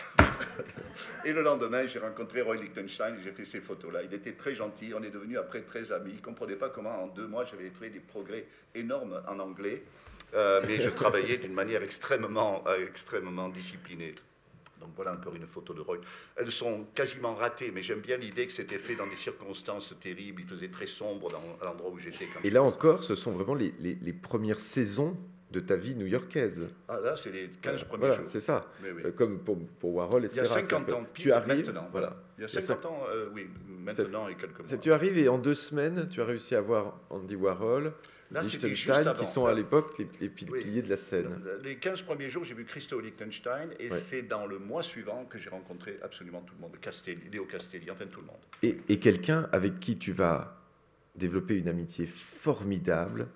Et le lendemain, j'ai rencontré Roy Liechtenstein et j'ai fait ces photos-là. Il était très gentil, on est devenus après très amis. Il ne comprenait pas comment en deux mois j'avais fait des progrès énormes en anglais, euh, mais je travaillais d'une manière extrêmement, euh, extrêmement disciplinée. Donc voilà encore une photo de Roy. Elles sont quasiment ratées, mais j'aime bien l'idée que c'était fait dans des circonstances terribles. Il faisait très sombre dans, à l'endroit où j'étais. Et là encore, ce sont vraiment les, les, les premières saisons de ta vie new-yorkaise. Ah là, c'est les quinze premiers voilà, jours. C'est ça, oui, oui. Euh, comme pour, pour Warhol, et cetera. Il y a cinquante ans, tu arrives, maintenant. Voilà. Il y a cinquante ans, euh, oui, maintenant et quelques mois. Tu arrives et en deux semaines, tu as réussi à voir Andy Warhol, là, Liechtenstein, qui sont à l'époque les, les piliers oui. de la scène. Les quinze premiers jours, j'ai vu Christo Liechtenstein, et ouais. c'est dans le mois suivant que j'ai rencontré absolument tout le monde, Castelli, Léo Castelli, enfin tout le monde. Et, et quelqu'un avec qui tu vas développer une amitié formidable,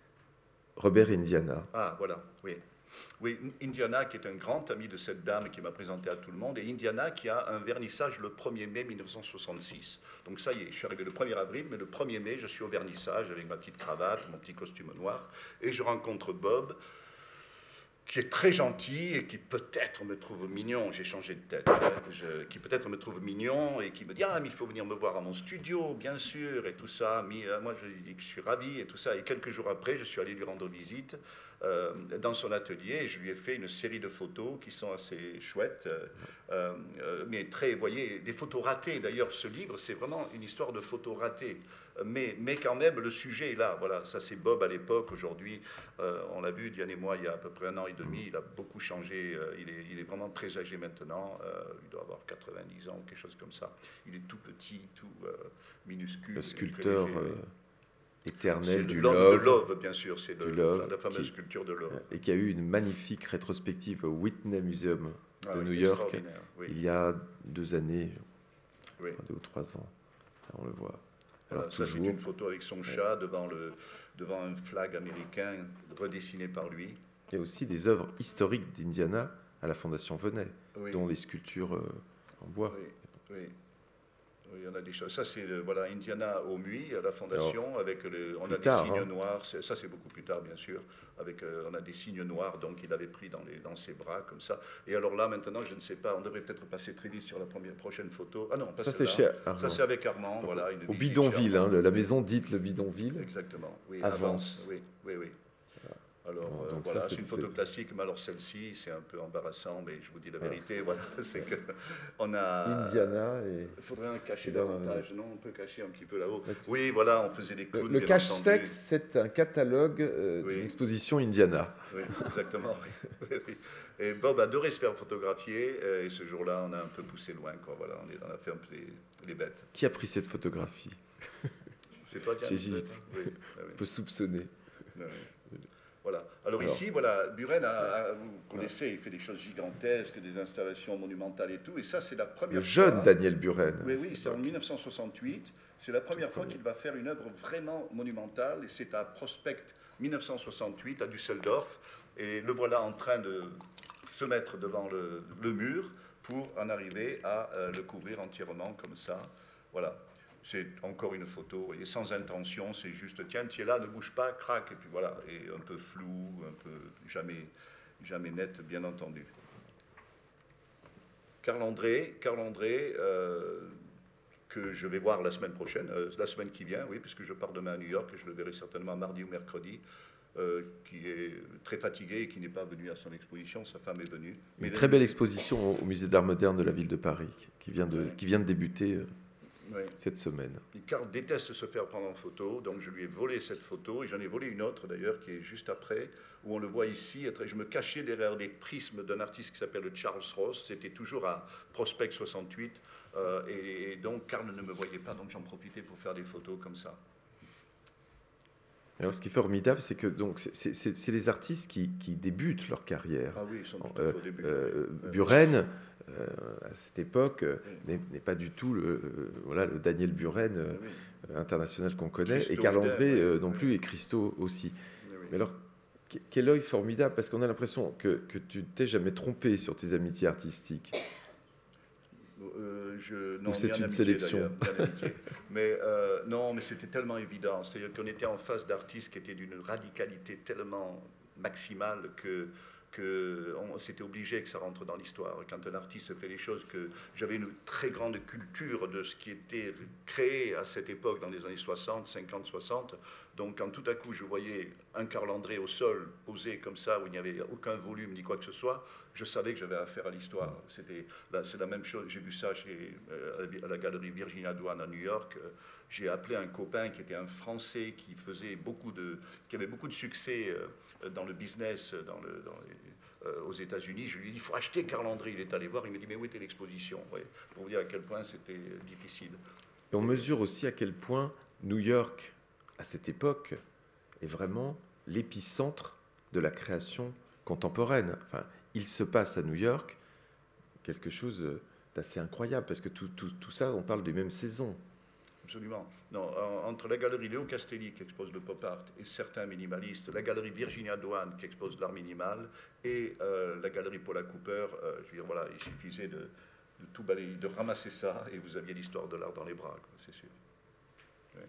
Robert Indiana. Ah, voilà, oui. Oui, Indiana, qui est un grand ami de cette dame qui m'a présenté à tout le monde, et Indiana qui a un vernissage le premier mai mille neuf cent soixante-six. Donc ça y est, je suis arrivé le premier avril, mais le premier mai, je suis au vernissage avec ma petite cravate, mon petit costume noir, et je rencontre Bob, qui est très gentil et qui peut-être me trouve mignon, j'ai changé de tête, hein, je, qui peut-être me trouve mignon et qui me dit « Ah, mais il faut venir me voir à mon studio, bien sûr, et tout ça. » Mais euh, moi, je lui dis que je suis ravi et tout ça. Et quelques jours après, je suis allé lui rendre visite euh, dans son atelier et je lui ai fait une série de photos qui sont assez chouettes, euh, euh, mais très, vous voyez, des photos ratées. D'ailleurs, ce livre, c'est vraiment une histoire de photos ratées. Mais, mais quand même, le sujet est là. Voilà, ça c'est Bob à l'époque. Aujourd'hui, euh, on l'a vu, Diane et moi, il y a à peu près un an et demi, il a beaucoup changé. Euh, il, est, il est vraiment très âgé maintenant. Euh, il doit avoir quatre-vingt-dix ans, quelque chose comme ça. Il est tout petit, tout euh, minuscule. Le sculpteur euh, éternel du love. Love. De Love, bien sûr. C'est le, love, la fameuse qui, sculpture de Love. Et qui a eu une magnifique rétrospective au Whitney Museum ah, de oui, New York oui. il y a deux années, oui. deux ou trois ans. On le voit. Alors, ça, c'est une photo avec son chat devant, le, devant un flag américain redessiné par lui. Il y a aussi des œuvres historiques d'Indiana à la Fondation Venet, oui. dont les sculptures euh, en bois. Oui, oui. Oui, il y en a des choses. Ça, c'est voilà, Indiana au Muy, à la Fondation, alors, avec le, on a tard, des signes hein. noirs. Ça, c'est beaucoup plus tard, bien sûr. Avec, euh, on a des signes noirs, donc il avait pris dans, les, dans ses bras, comme ça. Et alors là, maintenant, je ne sais pas, on devrait peut-être passer très vite sur la première, prochaine photo. Ah non, pas ça, c'est chez Armand. Ça, c'est avec Armand. Donc, voilà, une au bidonville, hein, la maison dite le bidonville. Exactement, oui. Avance. Avance. Oui, oui, oui. Alors, bon, euh, voilà, c'est une photo classique, mais alors celle-ci, c'est un peu embarrassant, mais je vous dis la vérité, voilà, c'est que on a... Indiana et... Il faudrait un cacher davantage, euh... non? On peut cacher un petit peu là-haut. Oui, voilà, on faisait des clowns, Le, le cache-sexe, c'est un catalogue euh, oui. d'une exposition Indiana. Oui, exactement, oui. oui. Et Bob adorait se faire photographier, et ce jour-là, on a un peu poussé loin, quoi, voilà, on est dans la ferme les, les bêtes. Qui a pris cette photographie? C'est toi, Diane? Gigi, Oui. Ah, oui. On peut soupçonner. Ah, oui. Voilà. Alors, Alors ici, voilà, Buren, a, a, vous connaissez, il fait des choses gigantesques, des installations monumentales et tout. Et ça, c'est la première le fois. jeune Daniel Buren. Oui, oui, c'est en mille neuf cent soixante-huit. C'est la première fois qu'il va faire une œuvre vraiment monumentale. Et c'est à Prospect mille neuf cent soixante-huit, à Düsseldorf. Et le voilà en train de se mettre devant le, le mur pour en arriver à euh, le couvrir entièrement comme ça. Voilà. C'est encore une photo, et sans intention, c'est juste, tiens, tu es là, ne bouge pas, crac, et puis voilà, et un peu flou, un peu jamais, jamais net, bien entendu. Carl André, Carl André euh, que je vais voir la semaine prochaine, euh, la semaine qui vient, oui, puisque je pars demain à New York, et je le verrai certainement mardi ou mercredi, euh, qui est très fatigué et qui n'est pas venu à son exposition, sa femme est venue. Une très belle exposition au Musée d'Art Moderne de la ville de Paris, qui vient de, ouais. qui vient de débuter... Euh, Oui. cette semaine. Carl déteste se faire prendre en photo, donc je lui ai volé cette photo, et j'en ai volé une autre d'ailleurs, qui est juste après, où on le voit ici. Je me cachais derrière des prismes d'un artiste qui s'appelle Charles Ross, c'était toujours à Prospect soixante-huit, euh, et, et donc Carl ne me voyait pas, donc j'en profitais pour faire des photos comme ça. Alors, ce qui est formidable, c'est que donc c'est, c'est, c'est les artistes qui, qui débutent leur carrière. Ah oui, ils sont tout euh, à fait au début. Euh, ouais. Buren, euh, à cette époque, oui. n'est, n'est pas du tout le, euh, voilà, le Daniel Buren euh, oui. international qu'on connaît, Christo et Carl André euh, non oui. plus, et Christo aussi. Oui. Mais alors, quel œil formidable, parce qu'on a l'impression que, que tu ne t'es jamais trompé sur tes amitiés artistiques. Euh, je, non, Ou c'est une amitié, sélection mais euh, non, mais c'était tellement évident. C'est-à-dire qu'on était en face d'artistes qui étaient d'une radicalité tellement maximale que, que on, c'était obligé que ça rentre dans l'histoire. Quand un artiste fait les choses, que j'avais une très grande culture de ce qui était créé à cette époque, dans les années soixante, cinquante, soixante. Donc quand tout à coup je voyais un Carl André au sol, posé comme ça, où il n'y avait aucun volume ni quoi que ce soit, je savais que j'avais affaire à l'histoire. C'était, là, c'est la même chose, j'ai vu ça chez, euh, à la galerie Virginia Douane à New York. J'ai appelé un copain qui était un Français qui, faisait beaucoup de, qui avait beaucoup de succès euh, dans le business, dans le, dans les, euh, aux États-Unis. Je lui ai dit, il faut acheter Carl André. Il est allé voir, il me dit, mais où était l'exposition? Ouais, pour vous dire à quel point c'était difficile. Et on mesure aussi à quel point New York, à cette époque, est vraiment l'épicentre de la création contemporaine. Enfin, il se passe à New York quelque chose d'assez incroyable, parce que tout, tout, tout ça, on parle des mêmes saisons. Absolument. Non, entre la galerie Léo Castelli qui expose le pop art et certains minimalistes, la galerie Virginia Douane qui expose l'art minimal et euh, la galerie Paula Cooper, euh, je veux dire, voilà, il suffisait de, de tout balayer, de ramasser ça et vous aviez l'histoire de l'art dans les bras, quoi, c'est sûr. Ouais.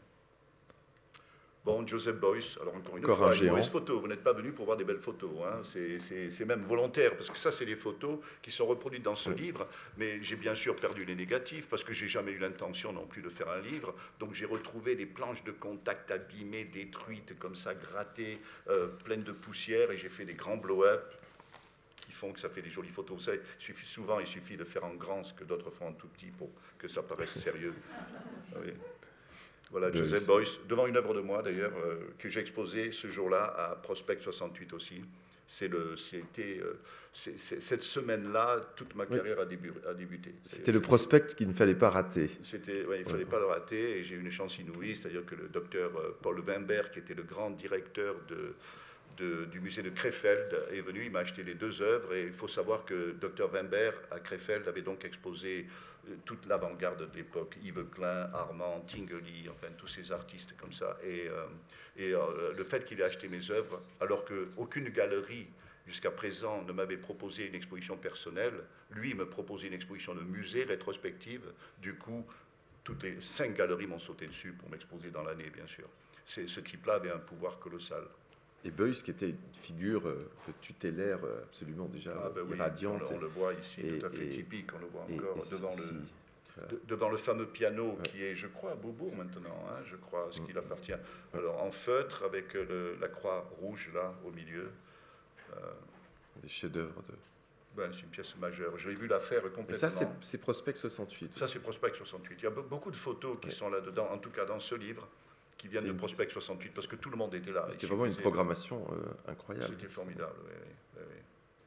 Bon, Joseph Beuys, alors encore une encore fois, une mauvaise photo, vous n'êtes pas venu pour voir des belles photos, hein. c'est, c'est, c'est même volontaire, parce que ça, c'est les photos qui sont reproduites dans ce livre, mais j'ai bien sûr perdu les négatifs, parce que j'ai jamais eu l'intention non plus de faire un livre, donc j'ai retrouvé des planches de contact abîmées, détruites, comme ça, grattées, euh, pleines de poussière, et j'ai fait des grands blow-up qui font que ça fait des jolies photos. Ça, il suffit, souvent, il suffit de faire en grand ce que d'autres font en tout petit pour que ça paraisse sérieux. Oui. Voilà, de Joseph Beuys, devant une œuvre de moi d'ailleurs, euh, que j'ai exposée ce jour-là à Prospect soixante-huit aussi. C'est le, c'était, euh, c'est, c'est, cette semaine-là, toute ma carrière oui. a, débu, a débuté. C'était le prospect qu'il ne fallait pas rater. C'était, ouais, il ne fallait ouais. pas le rater, et j'ai eu une chance inouïe, c'est-à-dire que le docteur Paul Wimberg, qui était le grand directeur de, de, du musée de Krefeld, est venu, il m'a acheté les deux œuvres, et il faut savoir que docteur Wimberg, à Krefeld, avait donc exposé toute l'avant-garde de l'époque, Yves Klein, Armand, Tinguely, enfin tous ces artistes comme ça. Et, euh, et euh, le fait qu'il ait acheté mes œuvres, alors qu'aucune galerie jusqu'à présent ne m'avait proposé une exposition personnelle, lui me proposait une exposition de musée rétrospective. Du coup, toutes les cinq galeries m'ont sauté dessus pour m'exposer dans l'année, bien sûr. C'est, ce type-là avait un pouvoir colossal. Et Beuys, qui était une figure euh, tutélaire euh, absolument déjà ah, ben irradiante. Oui, on, on le voit ici, et, tout à fait et, typique, on le voit et, encore devant, si, le, voilà. de, devant le fameux piano ouais. qui est, je crois, à Beaubourg maintenant, hein, je crois, ce qu'il appartient. Ouais. Alors en feutre, avec le, la croix rouge là, au milieu. Euh, Des chefs-d'œuvre de... Ben, c'est une pièce majeure. J'ai vu la faire complètement. Et ça, c'est, c'est Prospect soixante-huit. Ça, c'est Prospect soixante-huit. Il y a beaucoup de photos qui ouais. sont là-dedans, en tout cas dans ce livre, qui viennent de Prospect soixante-huit, parce que tout le monde était là. C'était vraiment une programmation euh, incroyable. C'était formidable, oui, oui, oui, oui.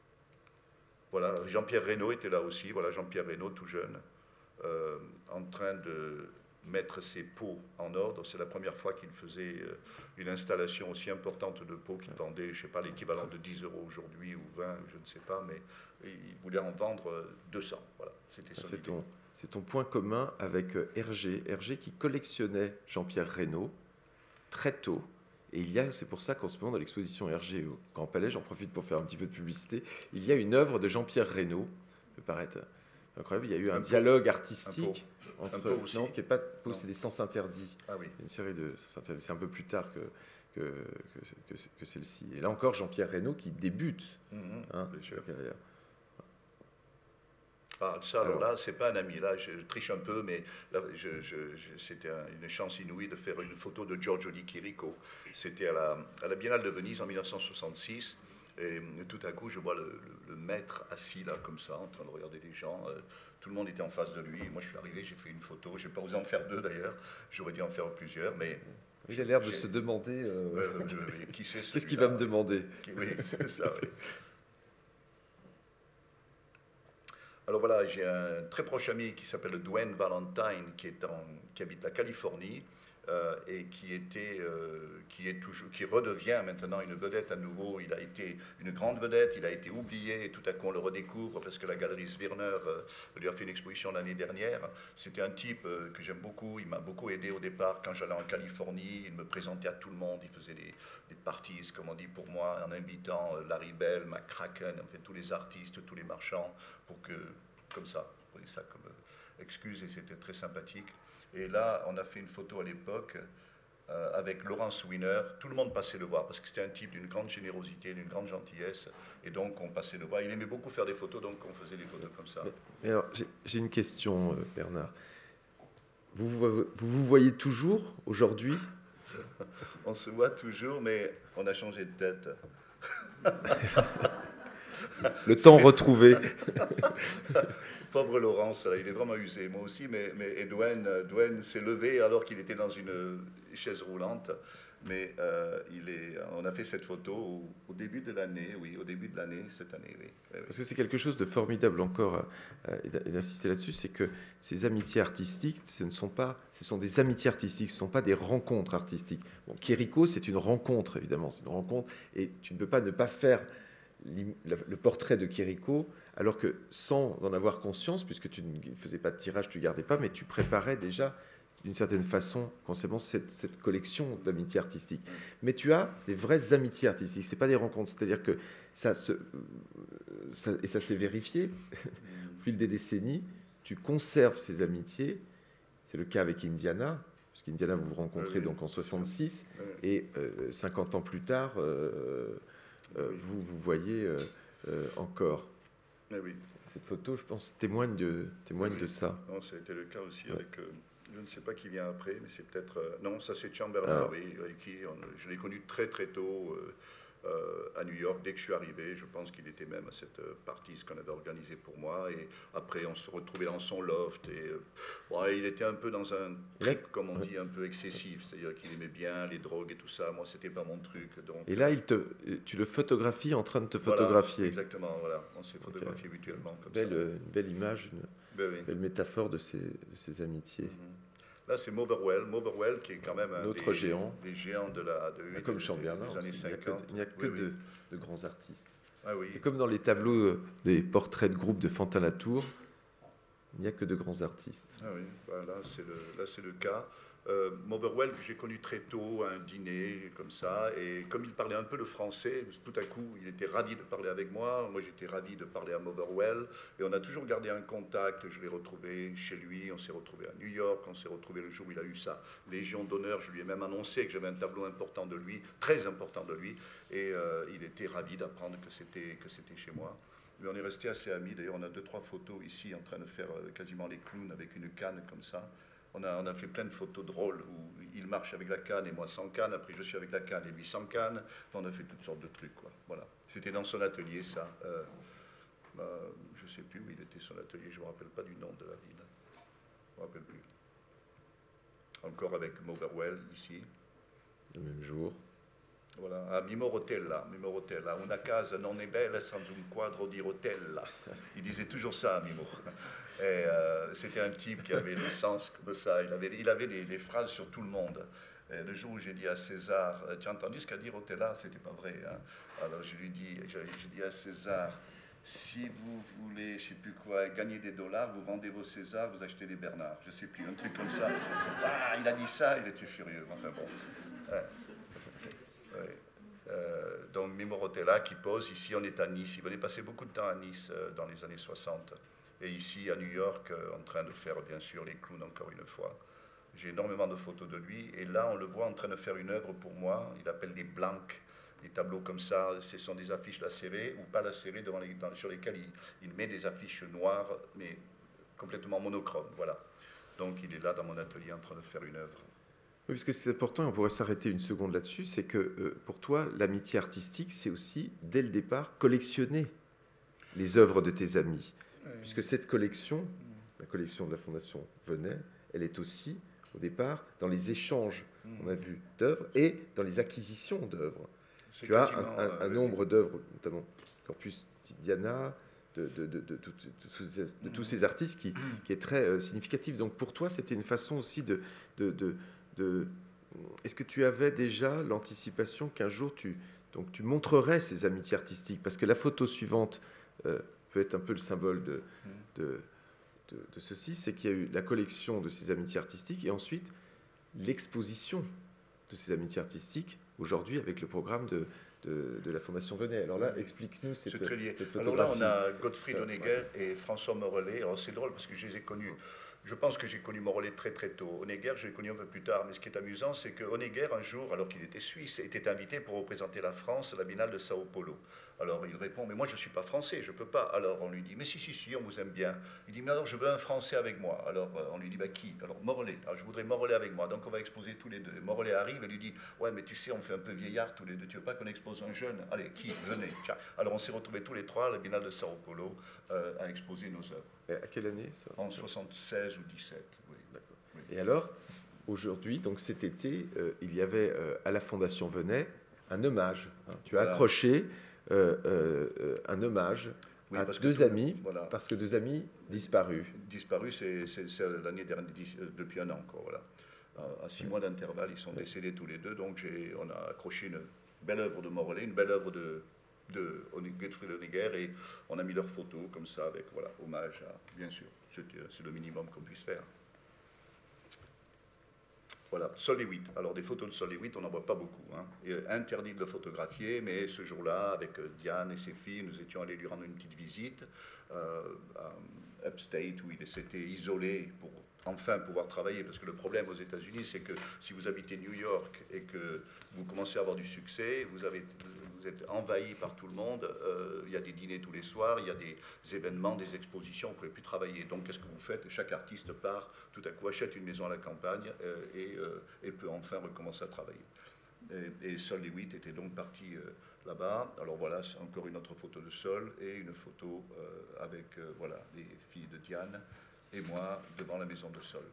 Voilà, Jean-Pierre Reynaud était là aussi, voilà Jean-Pierre Reynaud, tout jeune, euh, en train de mettre ses pots en ordre. C'est la première fois qu'il faisait une installation aussi importante de pots qu'il vendait, je ne sais pas, l'équivalent de dix euros aujourd'hui ou vingt, je ne sais pas, mais il voulait en vendre deux cents. Voilà, c'était son idée. Ton, c'est ton point commun avec Hergé. Hergé qui collectionnait Jean-Pierre Reynaud très tôt. Et il y a, c'est pour ça qu'en ce moment, dans l'exposition Hergé au Grand Palais, j'en profite pour faire un petit peu de publicité, il y a une œuvre de Jean-Pierre Reynaud, ça peut paraître incroyable, il y a eu un, un dialogue pot. artistique un entre... Un non, qui n'est pas pot, c'est des Sens Interdits. Ah oui. Une série de Sens Interdits, c'est un peu plus tard que, que, que, que, que celle-ci. Et là encore, Jean-Pierre Reynaud qui débute mmh, hein, bien sûr. carrière. Ah, ça, alors, alors là, c'est pas un ami. Là, je, je triche un peu, mais là, je, je, je, c'était un, une chance inouïe de faire une photo de Giorgio di Chirico. C'était à la, à la Biennale de Venise en mille neuf cent soixante-six. Et tout à coup, je vois le, le, le maître assis là, comme ça, en train de regarder les gens. Euh, tout le monde était en face de lui. Moi, je suis arrivé, j'ai fait une photo. J'ai pas osé en faire deux d'ailleurs. J'aurais dû en faire plusieurs, mais. Il a l'air de se demander. Euh... Euh, euh, qui c'est Qu'est-ce qu'il va me demander? Oui, c'est ça. Oui. Alors voilà, j'ai un très proche ami qui s'appelle Dwayne Valentine, qui, est en, qui habite la Californie euh, et qui, était, euh, qui, est toujours, qui redevient maintenant une vedette à nouveau. Il a été une grande vedette, il a été oublié et tout à coup on le redécouvre parce que la galerie Zwirner euh, lui a fait une exposition l'année dernière. C'était un type euh, que j'aime beaucoup, il m'a beaucoup aidé au départ quand j'allais en Californie, il me présentait à tout le monde, il faisait des, des parties, comme on dit pour moi, en invitant euh, Larry Bell, McCracken, en fait tous les artistes, tous les marchands, pour que, comme ça, vous prenez ça comme euh, excuse, et c'était très sympathique. Et là, on a fait une photo à l'époque euh, avec Laurence Wiener. Tout le monde passait le voir parce que c'était un type d'une grande générosité, d'une grande gentillesse, et donc on passait le voir. Il aimait beaucoup faire des photos, donc on faisait des photos comme ça. Mais, mais alors, j'ai, j'ai une question, euh, Bernard. Vous, vous vous voyez toujours aujourd'hui? On se voit toujours, mais on a changé de tête. Le temps retrouvé. Pauvre Laurence, là, il est vraiment usé. Moi aussi, mais, mais Dwayne, Dwayne s'est levé alors qu'il était dans une chaise roulante. Mais euh, il est, on a fait cette photo au, au début de l'année, oui, au début de l'année, cette année, oui. oui. Parce que c'est quelque chose de formidable encore, euh, et d'insister là-dessus, c'est que ces amitiés artistiques, ce ne sont pas, ce sont des amitiés artistiques, ce ne sont pas des rencontres artistiques. Bon, Chirico, c'est une rencontre, évidemment, c'est une rencontre, et tu ne peux pas ne pas faire le portrait de Chirico, alors que sans en avoir conscience, puisque tu ne faisais pas de tirage, tu ne gardais pas, mais tu préparais déjà d'une certaine façon, consciemment, cette, cette collection d'amitiés artistiques. Mais tu as des vraies amitiés artistiques, ce n'est pas des rencontres, c'est-à-dire que ça, se, ça, et ça s'est vérifié au fil des décennies, tu conserves ces amitiés, c'est le cas avec Indiana, parce qu'Indiana, vous vous rencontrez oui, donc en soixante-six, oui. Et euh, cinquante ans plus tard, euh, euh, oui. vous vous voyez euh, euh, encore. Oui. Cette photo, je pense, témoigne de, témoigne oui. de ça. Non, ça a été le cas aussi ouais. avec... Euh, je ne sais pas qui vient après, mais c'est peut-être... Euh, non, ça c'est Chamberlain, ah. oui, avec qui on, je l'ai connu très très tôt euh, euh, à New York. Dès que je suis arrivé, je pense qu'il était même à cette partie, ce qu'on avait organisé pour moi. Et après, on se retrouvait dans son loft. Et euh, bon, il était un peu dans un trip, comme on dit, un peu excessif. C'est-à-dire qu'il aimait bien les drogues et tout ça. Moi, c'était pas mon truc. Donc, et là, il te, tu le photographies en train de te photographier. Voilà, exactement, voilà. On s'est photographié okay. mutuellement comme belle, ça. Une belle image, une ben oui. belle métaphore de ces, de ces amitiés. Mm-hmm. Là, c'est Motherwell, Motherwell qui est quand même un Autre des, géant. des géants de la de, de, comme Chamberlain, des années aussi. cinquante. Il n'y a que, il n'y a que oui, de, oui. de grands artistes. Ah, oui. C'est comme dans les tableaux des portraits de groupe de Fantin-Latour, il n'y a que de grands artistes. Ah oui, bah là c'est le, là, c'est le cas. Euh, Motherwell, que j'ai connu très tôt à un dîner comme ça, et comme il parlait un peu le français, tout à coup il était ravi de parler avec moi, moi j'étais ravi de parler à Motherwell, et on a toujours gardé un contact. Je l'ai retrouvé chez lui, on s'est retrouvé à New York, on s'est retrouvé le jour où il a eu sa Légion d'honneur. Je lui ai même annoncé que j'avais un tableau important de lui, très important de lui, et euh, il était ravi d'apprendre que c'était, que c'était chez moi. Mais on est resté assez amis. D'ailleurs, on a deux, trois photos ici en train de faire euh, quasiment les clowns avec une canne comme ça. On a, on a fait plein de photos drôles où il marche avec la canne et moi sans canne. Après, je suis avec la canne et lui sans canne. Enfin, on a fait toutes sortes de trucs, quoi. Voilà. C'était dans son atelier, ça. Euh, bah, je ne sais plus où il était, son atelier. Je ne me rappelle pas du nom de la ville. Je ne me rappelle plus. Encore avec Motherwell, ici. Le même jour. Voilà, à Mimorotella, Mimorotella, una casa non è bella sans un quadro di rotella. Il disait toujours ça, Mimo. Et euh, c'était un type qui avait le sens comme ça. Il avait, il avait des, des phrases sur tout le monde. Et le jour où j'ai dit à César, tu as entendu ce qu'a dit Rotella? C'était pas vrai. Hein. Alors je lui dis, j'ai dit à César, si vous voulez, je sais plus quoi, gagner des dollars, vous vendez vos Césars, vous achetez des Bernard. Je sais plus, un truc comme ça. Ah, il a dit ça, il était furieux. Enfin bon. Ouais. Ouais. Euh, donc Mimo Rotella qui pose, ici on est à Nice, il venait passer beaucoup de temps à Nice euh, dans les années soixante, et ici à New York euh, en train de faire bien sûr les clowns encore une fois. J'ai énormément de photos de lui, et là on le voit en train de faire une œuvre pour moi, il appelle des blancs, des tableaux comme ça, ce sont des affiches lacérées, ou pas lacérées, devant les, dans, sur lesquelles il, il met des affiches noires, mais complètement monochromes, voilà. Donc il est là dans mon atelier en train de faire une œuvre. Oui, parce que c'est important, et on pourrait s'arrêter une seconde là-dessus, c'est que euh, pour toi, l'amitié artistique, c'est aussi, dès le départ, collectionner les œuvres de tes amis. Oui. Puisque cette collection, la collection de la Fondation Venet, elle est aussi, au départ, dans les échanges, mmh. on a vu, d'œuvres, et dans les acquisitions d'œuvres. Tu as un, un, un euh, nombre d'œuvres, notamment Corpus Diana, de, de, de, de, de, de, de, de tous ces artistes qui, qui est très euh, significatif. Donc pour toi, c'était une façon aussi de... de, de De, est-ce que tu avais déjà l'anticipation qu'un jour tu, donc tu montrerais ces amitiés artistiques? Parce que la photo suivante euh, peut être un peu le symbole de, de, de, de ceci, c'est qu'il y a eu la collection de ces amitiés artistiques et ensuite l'exposition de ces amitiés artistiques aujourd'hui avec le programme de, de, de la Fondation Venet. Alors là, explique-nous cette, cette photographie. Alors là, on a Godefried Honegger et François Morellet. Alors c'est drôle parce que je les ai connus. Je pense que j'ai connu Morellet très très tôt. Honegger, je l'ai connu un peu plus tard. Mais ce qui est amusant, c'est que Honegger, un jour, alors qu'il était suisse, était invité pour représenter la France à la Biennale de Sao Paulo. Alors il répond, mais moi je ne suis pas français, je ne peux pas. Alors on lui dit, mais si, si, si, on vous aime bien. Il dit, mais alors je veux un français avec moi. Alors on lui dit, bah qui? Alors Morellet. Alors je voudrais Morellet avec moi. Donc on va exposer tous les deux. Et Morellet arrive et lui dit, ouais, mais tu sais, on fait un peu vieillard tous les deux. Tu veux pas qu'on expose un jeune? Allez, qui? Venez. Tiens. Alors on s'est retrouvés tous les trois à la Biennale de Sao Paulo euh, à exposer nos œuvres. Et à quelle année ça? En soixante-seize ou dix-sept, oui. D'accord. Oui. Et alors, aujourd'hui, donc cet été, euh, il y avait euh, à la Fondation Venet un hommage. Hein. Tu as voilà. accroché euh, euh, un hommage oui, à deux tout, amis, voilà. parce que deux amis disparus. Disparus, c'est l'année dernière, depuis un an encore, voilà. À six oui. mois d'intervalle, ils sont oui. décédés tous les deux, donc on a accroché une belle œuvre de Morellet, une belle œuvre de... de Godefried Honegger, et on a mis leurs photos comme ça avec voilà hommage à, bien sûr, c'est le minimum qu'on puisse faire. Voilà, Sol et huit. Alors des photos de Sol et huit, on n'en voit pas beaucoup. Hein. Et, interdit de le photographier, mais ce jour-là, avec Diane et ses filles, nous étions allés lui rendre une petite visite euh, à Upstate, où il s'était isolé pour enfin pouvoir travailler, parce que le problème aux États-Unis, c'est que si vous habitez New York et que vous commencez à avoir du succès, vous, avez, vous êtes envahi par tout le monde, euh, il y a des dîners tous les soirs, il y a des événements, des expositions, vous ne pouvez plus travailler. Donc qu'est-ce que vous faites? Chaque artiste part, tout à coup achète une maison à la campagne euh, et, euh, et peut enfin recommencer à travailler. Et, et Sol et huit était donc parti euh, là-bas. Alors voilà, c'est encore une autre photo de Sol et une photo euh, avec euh, voilà, les filles de Diane et moi devant la maison de Sol.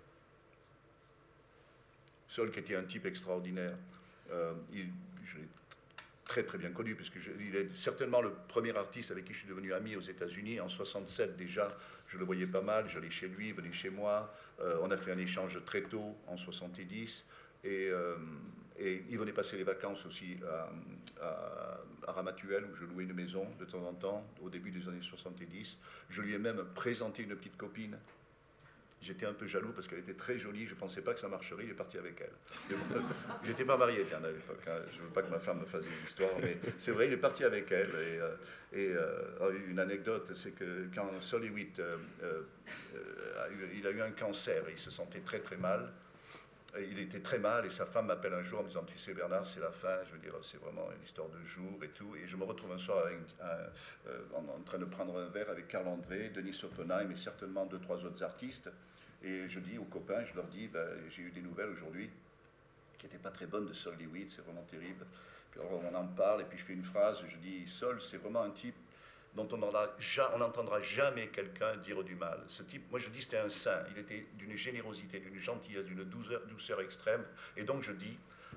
Sol qui était un type extraordinaire. Euh, il, je l'ai très très bien connu, parce qu'il est certainement le premier artiste avec qui je suis devenu ami aux États-Unis. En soixante-sept déjà, je le voyais pas mal, j'allais chez lui, il venait chez moi. Euh, on a fait un échange très tôt, en soixante-dix, et, euh, et il venait passer les vacances aussi à, à, à Ramatuelle, où je louais une maison de temps en temps, au début des années soixante-dix. Je lui ai même présenté une petite copine. J'étais un peu jaloux parce qu'elle était très jolie, je ne pensais pas que ça marcherait, il est parti avec elle. Je n'étais pas marié à l'époque, hein. Je ne veux pas que ma femme me fasse des histoires, mais c'est vrai, il est parti avec elle. Et, euh, et euh, une anecdote, c'est que quand Sol et huit, euh, euh, a eu, il a eu un cancer, il se sentait très très mal, il était très mal, et sa femme m'appelle un jour en me disant, tu sais Bernard, c'est la fin, je veux dire, c'est vraiment une histoire de jour et tout, et je me retrouve un soir avec, un, euh, en, en train de prendre un verre avec Karl André, Denis Oppenheim et certainement deux, trois autres artistes. Et je dis aux copains, je leur dis, ben, j'ai eu des nouvelles aujourd'hui qui n'étaient pas très bonnes de Sol et huit, c'est vraiment terrible. Puis alors on en parle, et puis je fais une phrase, je dis, Sol, c'est vraiment un type dont on n'entendra jamais quelqu'un dire du mal. Ce type, moi je dis, c'était un saint, il était d'une générosité, d'une gentillesse, d'une douceur, douceur extrême, et donc je dis,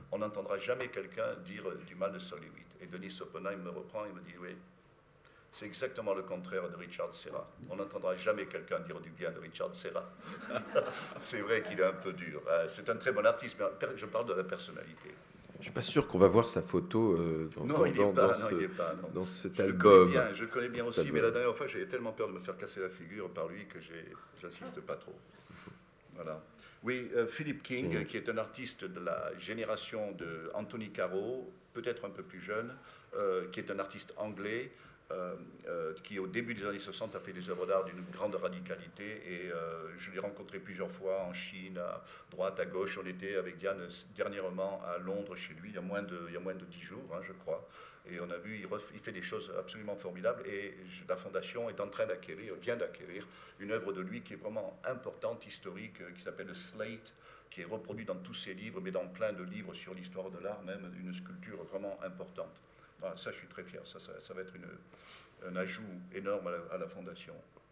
on n'entendra jamais quelqu'un dire du mal de Sol Lewitt. Et Denis Oppenheim me reprend et me dit, oui, c'est exactement le contraire de Richard Serra. On n'entendra jamais quelqu'un dire du bien de Richard Serra. C'est vrai qu'il est un peu dur. C'est un très bon artiste, mais je parle de la personnalité. Je ne suis pas sûr qu'on va voir sa photo euh, dans, non, dans, il dans, pas, dans, non, ce, il pas, non. dans cet je album. Le bien, je le connais bien aussi, album. Mais la dernière fois, j'avais tellement peur de me faire casser la figure par lui que j'insiste pas trop. Voilà. Oui, euh, Philip King, mmh. qui est un artiste de la génération de Anthony Caro, peut-être un peu plus jeune, euh, qui est un artiste anglais, Euh, euh, qui au début des années soixante a fait des œuvres d'art d'une grande radicalité, et euh, je l'ai rencontré plusieurs fois en Chine, à droite, à gauche. On était avec Diane dernièrement à Londres chez lui, il y a moins de, il y a moins de dix jours, hein, je crois, et on a vu, il, ref, il fait des choses absolument formidables, et la Fondation est en train d'acquérir, vient d'acquérir une œuvre de lui qui est vraiment importante, historique, qui s'appelle Slate, qui est reproduit dans tous ses livres, mais dans plein de livres sur l'histoire de l'art, même une sculpture vraiment importante. Ah, ça, je suis très fier. Ça, ça, ça va être une, un ajout énorme à la, à la Fondation.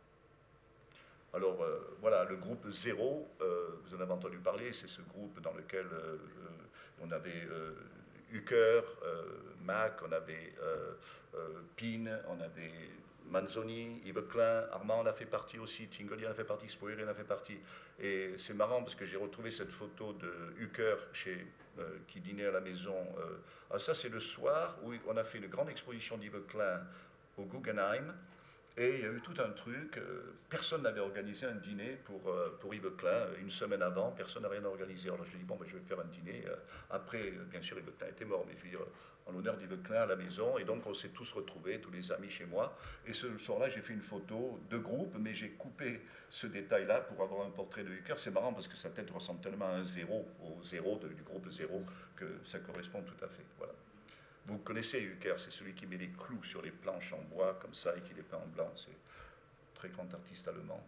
Alors, euh, voilà, le groupe Zéro, euh, vous en avez entendu parler, c'est ce groupe dans lequel euh, on avait euh, Hooker, euh, Mac, on avait euh, euh, Pin, on avait Manzoni, Yves Klein, Armand en a fait partie aussi, Tingoli en a fait partie, Spoeri en a fait partie. Et c'est marrant parce que j'ai retrouvé cette photo de Hooker chez, euh, qui dînait à la maison. Euh, ah, ça, c'est le soir où on a fait une grande exposition d'Yves Klein au Guggenheim. Et il y a eu tout un truc. Euh, personne n'avait organisé un dîner pour, euh, pour Yves Klein une semaine avant. Personne n'a rien organisé. Alors je me dis, bon, ben, je vais faire un dîner. Euh, après, bien sûr, Yves Klein était mort, mais je veux dire, en l'honneur d'Yves Klein à la maison. Et donc, on s'est tous retrouvés, tous les amis chez moi. Et ce soir-là, j'ai fait une photo de groupe, mais j'ai coupé ce détail-là pour avoir un portrait de Hooker. C'est marrant parce que sa tête ressemble tellement à un zéro, au zéro de, du groupe Zéro, que ça correspond tout à fait. Voilà. Vous connaissez Hooker, c'est celui qui met des clous sur les planches en bois, comme ça, et qui les peint en blanc. C'est un très grand artiste allemand.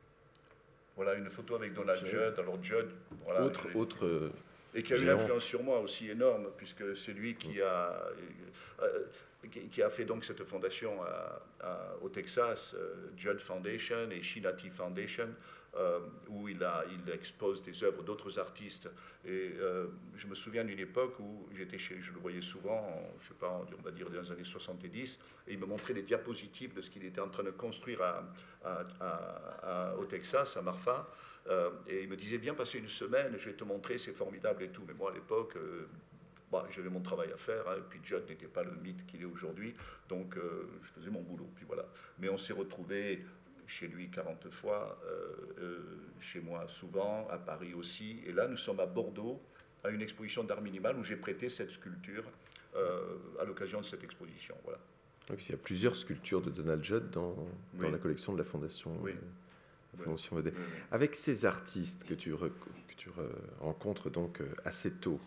Voilà une photo avec Donald Judd. Alors Judd, voilà, autre, autre euh, et qui a eu une influence sur moi aussi énorme, puisque c'est lui qui a, euh, qui, qui a fait donc cette fondation à, à, au Texas, euh, Judd Foundation et Shinati Foundation, euh, où il, a, il expose des œuvres d'autres artistes. Et euh, je me souviens d'une époque où j'étais chez, je le voyais souvent, je ne sais pas, on va dire dans les années soixante-dix, et il me montrait des diapositives de ce qu'il était en train de construire à, à, à, à, au Texas, à Marfa. Euh, et il me disait, viens passer une semaine, je vais te montrer, c'est formidable et tout. Mais moi, à l'époque, euh, bah, j'avais mon travail à faire, hein, et puis Judd n'était pas le mythe qu'il est aujourd'hui, donc euh, je faisais mon boulot, puis voilà. Mais on s'est retrouvés chez lui quarante fois, euh, euh, chez moi souvent, à Paris aussi, et là, nous sommes à Bordeaux, à une exposition d'art minimal, où j'ai prêté cette sculpture euh, à l'occasion de cette exposition, voilà. Et puis, il y a plusieurs sculptures de Donald Judd dans, dans oui. la collection de la Fondation. Oui. La Fondation oui. Veddet. Oui, oui. Avec ces artistes que tu, re, que tu re, rencontres donc assez tôt,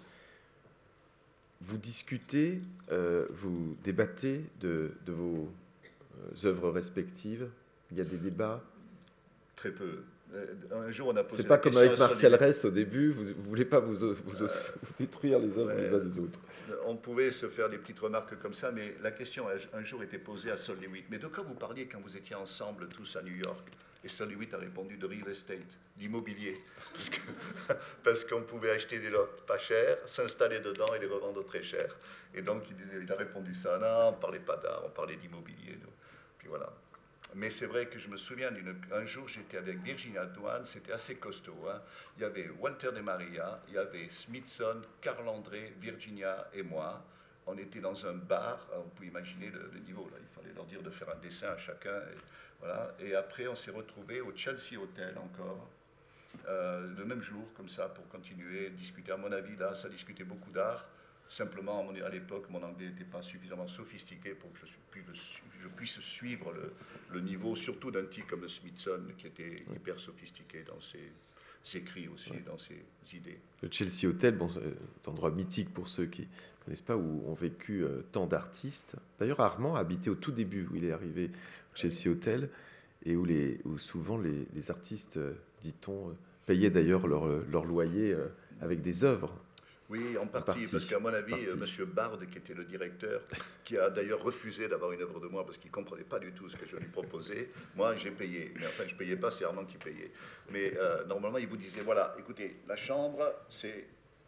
vous discutez, euh, vous débattez de, de vos euh, œuvres respectives. Il y a des débats. Très peu. Un jour, on a posé. C'est pas comme avec Martial Ress au début. Vous ne voulez pas vous, vous, vous, euh, vous détruire les œuvres ouais, les uns des autres. On pouvait se faire des petites remarques comme ça, mais la question un jour était posée à Sol Lewitt. Mais de quoi vous parliez quand vous étiez ensemble tous à New York? Et Sol Lewitt a répondu de real estate, d'immobilier, parce que parce qu'on pouvait acheter des lofts pas chers, s'installer dedans et les revendre très cher. Et donc il, disait, il a répondu ça. Non, on ne parlait pas d'art, on parlait d'immobilier. Puis voilà. Mais c'est vrai que je me souviens d'un jour, j'étais avec Virginia Douane, c'était assez costaud. Hein. Il y avait Walter de Maria, il y avait Smithson, Carl André, Virginia et moi. On était dans un bar, on peut imaginer le, le niveau, là. Il fallait leur dire de faire un dessin à chacun. Et, voilà. Et après, on s'est retrouvés au Chelsea Hotel encore, euh, le même jour, comme ça, pour continuer, discuter. À mon avis, là, ça discutait beaucoup d'art. Simplement, à l'époque, mon anglais n'était pas suffisamment sophistiqué pour que je puisse, je puisse suivre le, le niveau, surtout d'un type comme Smithson, qui était hyper sophistiqué dans ses écrits aussi, ouais. dans ses idées. Le Chelsea Hotel, bon, c'est un endroit mythique pour ceux qui ne connaissent pas, où ont vécu euh, tant d'artistes. D'ailleurs, Armand a habité au tout début, où il est arrivé au Chelsea Hotel, et où, les, où souvent les, les artistes, euh, dit-on, euh, payaient d'ailleurs leur, leur loyer euh, avec des œuvres. Oui, en partie, en partie, parce qu'à mon avis, euh, M. Bard, qui était le directeur, qui a d'ailleurs refusé d'avoir une œuvre de moi parce qu'il ne comprenait pas du tout ce que je lui proposais, moi j'ai payé. Mais enfin, je ne payais pas, c'est Armand qui payait. Mais euh, normalement, il vous disait, voilà, écoutez, la chambre, c'est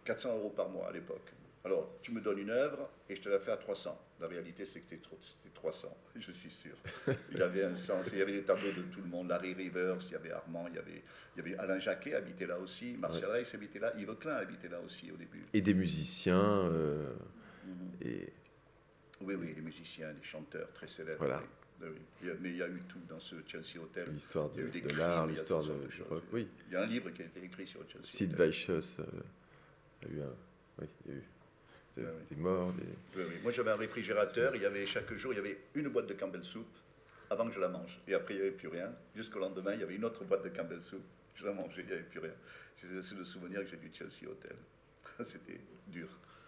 quatre cents euros par mois à l'époque. Alors, tu me donnes une œuvre et je te la fais à trois cents. La réalité, c'est que c'était trois cents, je suis sûr. Il avait un sens. Il y avait des tableaux de tout le monde. Larry Rivers, il y avait Armand, il y avait, il y avait Alain Jacquet habitait là aussi. Marcel ouais. Reiss habitait là. Yves Klein habitait là aussi au début. Et des musiciens. Euh, mm-hmm. et... Oui, oui, des musiciens, des chanteurs très célèbres. Voilà. Oui. Il y a, mais il y a eu tout dans ce Chelsea Hotel. L'histoire de, de l'art, l'histoire de... de oui. Il y a un livre qui a été écrit sur Chelsea Sid Vicious euh, a eu un... Oui, il y a eu... Des, oui, oui. des morts, des... Oui, oui. Moi, j'avais un réfrigérateur. Il y avait, chaque jour, il y avait une boîte de Campbell Soup avant que je la mange. Et après, il n'y avait plus rien. Jusqu'au lendemain, il y avait une autre boîte de Campbell Soup. Je la mangeais, il n'y avait plus rien. C'est le souvenir que j'ai du Chelsea Hotel. C'était dur.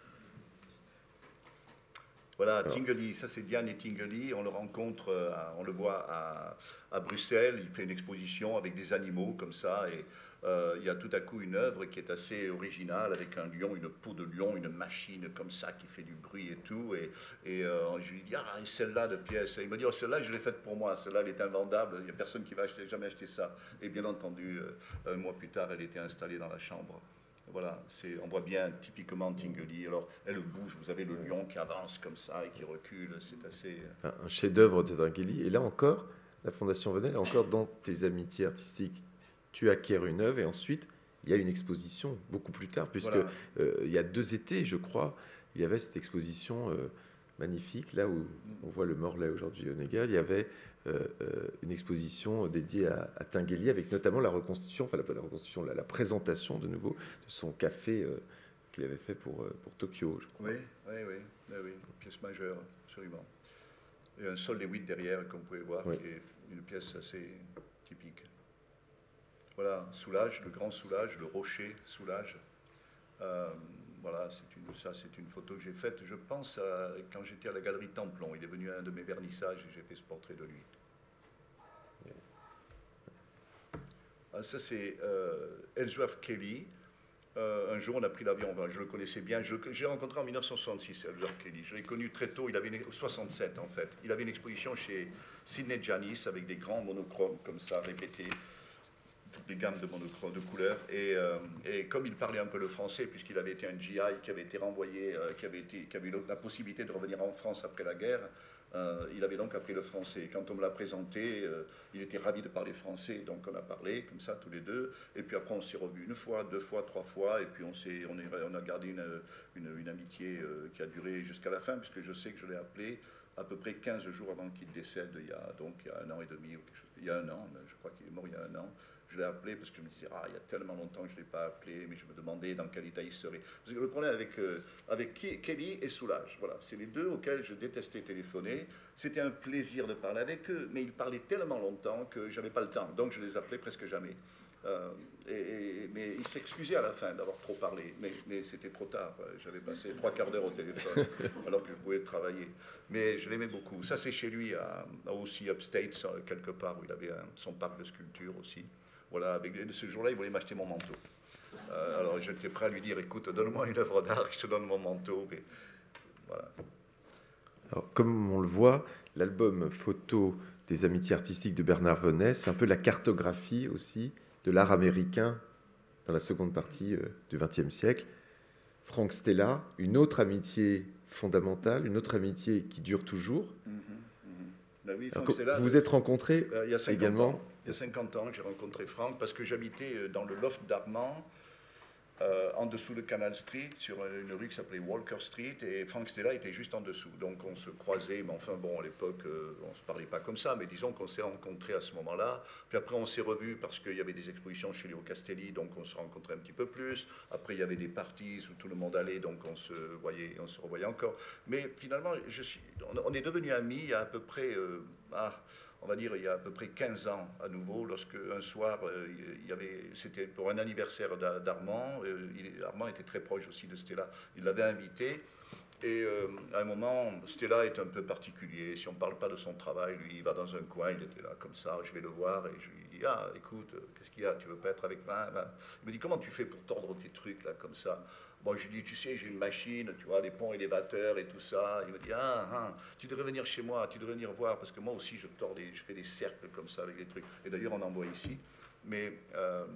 Voilà, alors. Tinguely, ça c'est Diane et Tinguely. On le rencontre, à, on le voit à, à Bruxelles. Il fait une exposition avec des animaux comme ça. Et euh, il y a tout à coup une œuvre qui est assez originale avec un lion, une peau de lion, une machine comme ça qui fait du bruit et tout. Et, et euh, je lui dis, ah, et celle-là de pièce. Et il me dit, oh, celle-là, je l'ai faite pour moi. Celle-là, elle est invendable. Il n'y a personne qui va acheter, jamais acheter ça. Et bien entendu, euh, un mois plus tard, elle était installée dans la chambre. Voilà, on voit bien typiquement Tinguely. Alors, elle bouge, vous avez le lion qui avance comme ça et qui recule, c'est assez... Un, un chef-d'œuvre de Tinguely. Et là encore, la Fondation Venel, encore dans tes amitiés artistiques, tu acquiers une œuvre et ensuite, il y a une exposition beaucoup plus tard, puisque voilà. euh, il y a deux étés, je crois, il y avait cette exposition euh, magnifique, là où on voit le Morlaix aujourd'hui au Négal, il y avait euh, euh, une exposition dédiée à, à Tinguely, avec notamment la reconstitution, enfin la, la reconstitution, la, la présentation de nouveau de son café euh, qu'il avait fait pour, euh, pour Tokyo, je crois. Oui, oui, oui, oui, oui, une pièce majeure, absolument. Et un sol des huit derrière, comme vous pouvez voir, oui. qui est une pièce assez typique. Voilà, Soulage, le grand Soulage, le rocher Soulage. Euh, Voilà, c'est une, ça c'est une photo que j'ai faite, je pense, à, quand j'étais à la Galerie Templon. Il est venu à un de mes vernissages et j'ai fait ce portrait de lui. Ah, ça c'est euh, Ellsworth Kelly. Euh, un jour, on a pris l'avion, enfin, je le connaissais bien. Je l'ai rencontré en mille neuf cent soixante-six, Ellsworth Kelly. Je l'ai connu très tôt, il avait une, soixante-sept en fait. Il avait une exposition chez Sidney Janis avec des grands monochromes comme ça, répétés. Toutes les gammes de monochrome, de couleurs. Et, euh, et comme il parlait un peu le français, puisqu'il avait été un G I qui avait été renvoyé, euh, qui, avait été, qui avait eu la possibilité de revenir en France après la guerre, euh, il avait donc appris le français. Quand on me l'a présenté, euh, il était ravi de parler français, donc on a parlé comme ça tous les deux. Et puis après, on s'est revus une fois, deux fois, trois fois, et puis on, s'est, on, est, on a gardé une, une, une amitié euh, qui a duré jusqu'à la fin, puisque je sais que je l'ai appelé à peu près quinze jours avant qu'il décède, il y a donc il y a un an et demi, ou quelque chose, il y a un an, je crois qu'il est mort il y a un an. Je l'ai appelé parce que je me disais, ah, il y a tellement longtemps que je ne l'ai pas appelé, mais je me demandais dans quel état il serait. Parce que le problème avec, euh, avec Kelly et Soulage, voilà, c'est les deux auxquels je détestais téléphoner. C'était un plaisir de parler avec eux, mais ils parlaient tellement longtemps que je n'avais pas le temps, donc je les appelais presque jamais. Euh, et, et, mais il s'excusait à la fin d'avoir trop parlé, mais, mais c'était trop tard. J'avais passé trois quarts d'heure au téléphone alors que je pouvais travailler. Mais je l'aimais beaucoup. Ça, c'est chez lui, à, à aussi upstate, quelque part, où il avait un, son parc de sculpture aussi. Voilà, avec, ce jour-là, il voulait m'acheter mon manteau. Euh, alors j'étais prêt à lui dire, écoute, donne-moi une œuvre d'art, je te donne mon manteau. Mais voilà. Alors, comme on le voit, l'album photo des amitiés artistiques de Bernard Venet, c'est un peu la cartographie aussi de l'art américain dans la seconde partie euh, du vingtième siècle. Franck Stella, une autre amitié fondamentale, une autre amitié qui dure toujours. Mm-hmm, mm-hmm. Ben oui, Franck Stella, vous vous êtes rencontrés euh, il y a également ans. Il y a cinquante ans que j'ai rencontré Franck parce que j'habitais dans le loft d'Armand, euh, en dessous de Canal Street, sur une rue qui s'appelait Walker Street, et Franck Stella était juste en dessous. Donc on se croisait, mais enfin bon, à l'époque, euh, on ne se parlait pas comme ça, mais disons qu'on s'est rencontrés à ce moment-là. Puis après, on s'est revus parce qu'il y avait des expositions chez Léo Castelli, donc on se rencontrait un petit peu plus. Après, il y avait des parties où tout le monde allait, donc on se voyait, on se revoyait encore. Mais finalement, je suis, on est devenus amis il y a à peu près... Euh, ah, on va dire il y a à peu près quinze ans à nouveau, lorsque un soir, euh, il y avait, c'était pour un anniversaire d'Armand, euh, il, Armand était très proche aussi de Stella, il l'avait invité, et euh, à un moment, Stella est un peu particulier, si on ne parle pas de son travail, lui il va dans un coin, il était là comme ça, je vais le voir, et je lui dis, ah écoute, qu'est-ce qu'il y a, tu veux pas être avec moi? Il me dit, comment tu fais pour tordre tes trucs là, comme ça? Bon, je lui dis, tu sais, j'ai une machine, tu vois, des ponts élévateurs et tout ça. Il me dit, ah, ah, tu devrais venir chez moi, tu devrais venir voir, parce que moi aussi, je tords, des, je fais des cercles comme ça avec des trucs. Et d'ailleurs, on en voit ici. Mais, euh,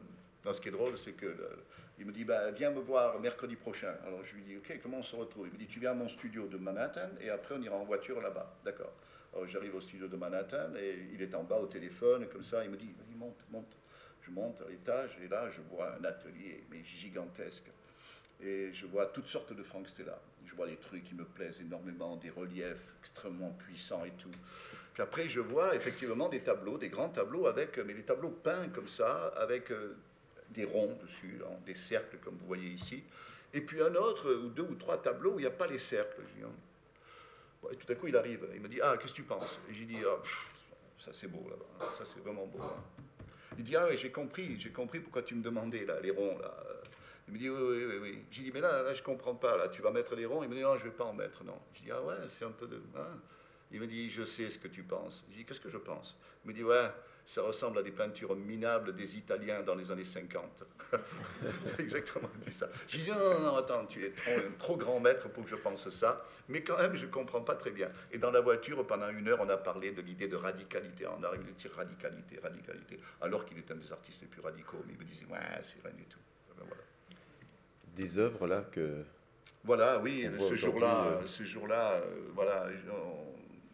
Alors, ce qui est drôle, c'est que le, il me dit, bah, viens me voir mercredi prochain. Alors je lui dis, ok, comment on se retrouve? Il me dit, tu viens à mon studio de Manhattan et après on ira en voiture là-bas. D'accord. Alors j'arrive au studio de Manhattan et il est en bas au téléphone, comme ça, il me dit, il monte, monte. Je monte à l'étage et là je vois un atelier, mais gigantesque. Et je vois toutes sortes de Frank Stella. Je vois des trucs qui me plaisent énormément, des reliefs extrêmement puissants et tout. Puis après, je vois effectivement des tableaux, des grands tableaux, avec, mais des tableaux peints comme ça, avec euh, des ronds dessus, hein, des cercles comme vous voyez ici. Et puis un autre, ou deux ou trois tableaux où il n'y a pas les cercles. Je dis, hein. Bon, et tout à coup, il arrive. Il me dit, ah, qu'est-ce que tu penses? Et j'ai dit, ah, pff, ça c'est beau là-bas, ça c'est vraiment beau. Hein. Il dit, ah oui, j'ai compris, j'ai compris pourquoi tu me demandais là, les ronds là. Il me dit, oui, oui, oui, oui. J'ai dit, mais là, là, je comprends pas, là, tu vas mettre les ronds? Il me dit, non, je vais pas en mettre, non. Je dis, ah ouais, c'est un peu de... Hein. Il me dit, je sais ce que tu penses. Je dis, qu'est-ce que je pense? Il me dit, ouais, ça ressemble à des peintures minables des Italiens dans les années cinquante. Exactement, il dit ça. Je dis, non, non, non, attends, tu es trop, un trop grand maître pour que je pense ça, mais quand même, je ne comprends pas très bien. Et dans la voiture, pendant une heure, on a parlé de l'idée de radicalité. On a de dire radicalité, radicalité, alors qu'il est un des artistes les plus radicaux. Mais il me disait, ouais, c'est rien du tout. Ben, voilà. Des œuvres là que... Voilà, oui, ce jour-là, euh... ce jour-là, euh, voilà, on,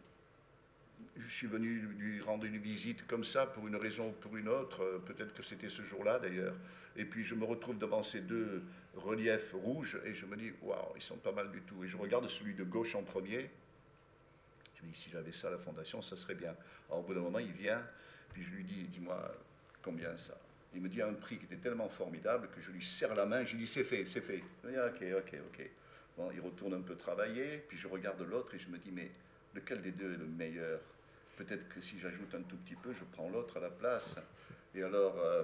je suis venu lui rendre une visite comme ça, pour une raison ou pour une autre, peut-être que c'était ce jour-là d'ailleurs, et puis je me retrouve devant ces deux reliefs rouges, et je me dis, waouh, ils sont pas mal du tout, et je regarde celui de gauche en premier, je me dis, si j'avais ça à la Fondation, ça serait bien. Alors au bout d'un moment, il vient, puis je lui dis, dis-moi, combien ça? Il me dit un prix qui était tellement formidable que je lui serre la main, je lui dis, c'est fait, c'est fait. Il me dit, ok, ok, ok. Bon, il retourne un peu travailler, puis je regarde l'autre et je me dis, mais lequel des deux est le meilleur? Peut-être que si j'ajoute un tout petit peu, je prends l'autre à la place. Et alors, euh,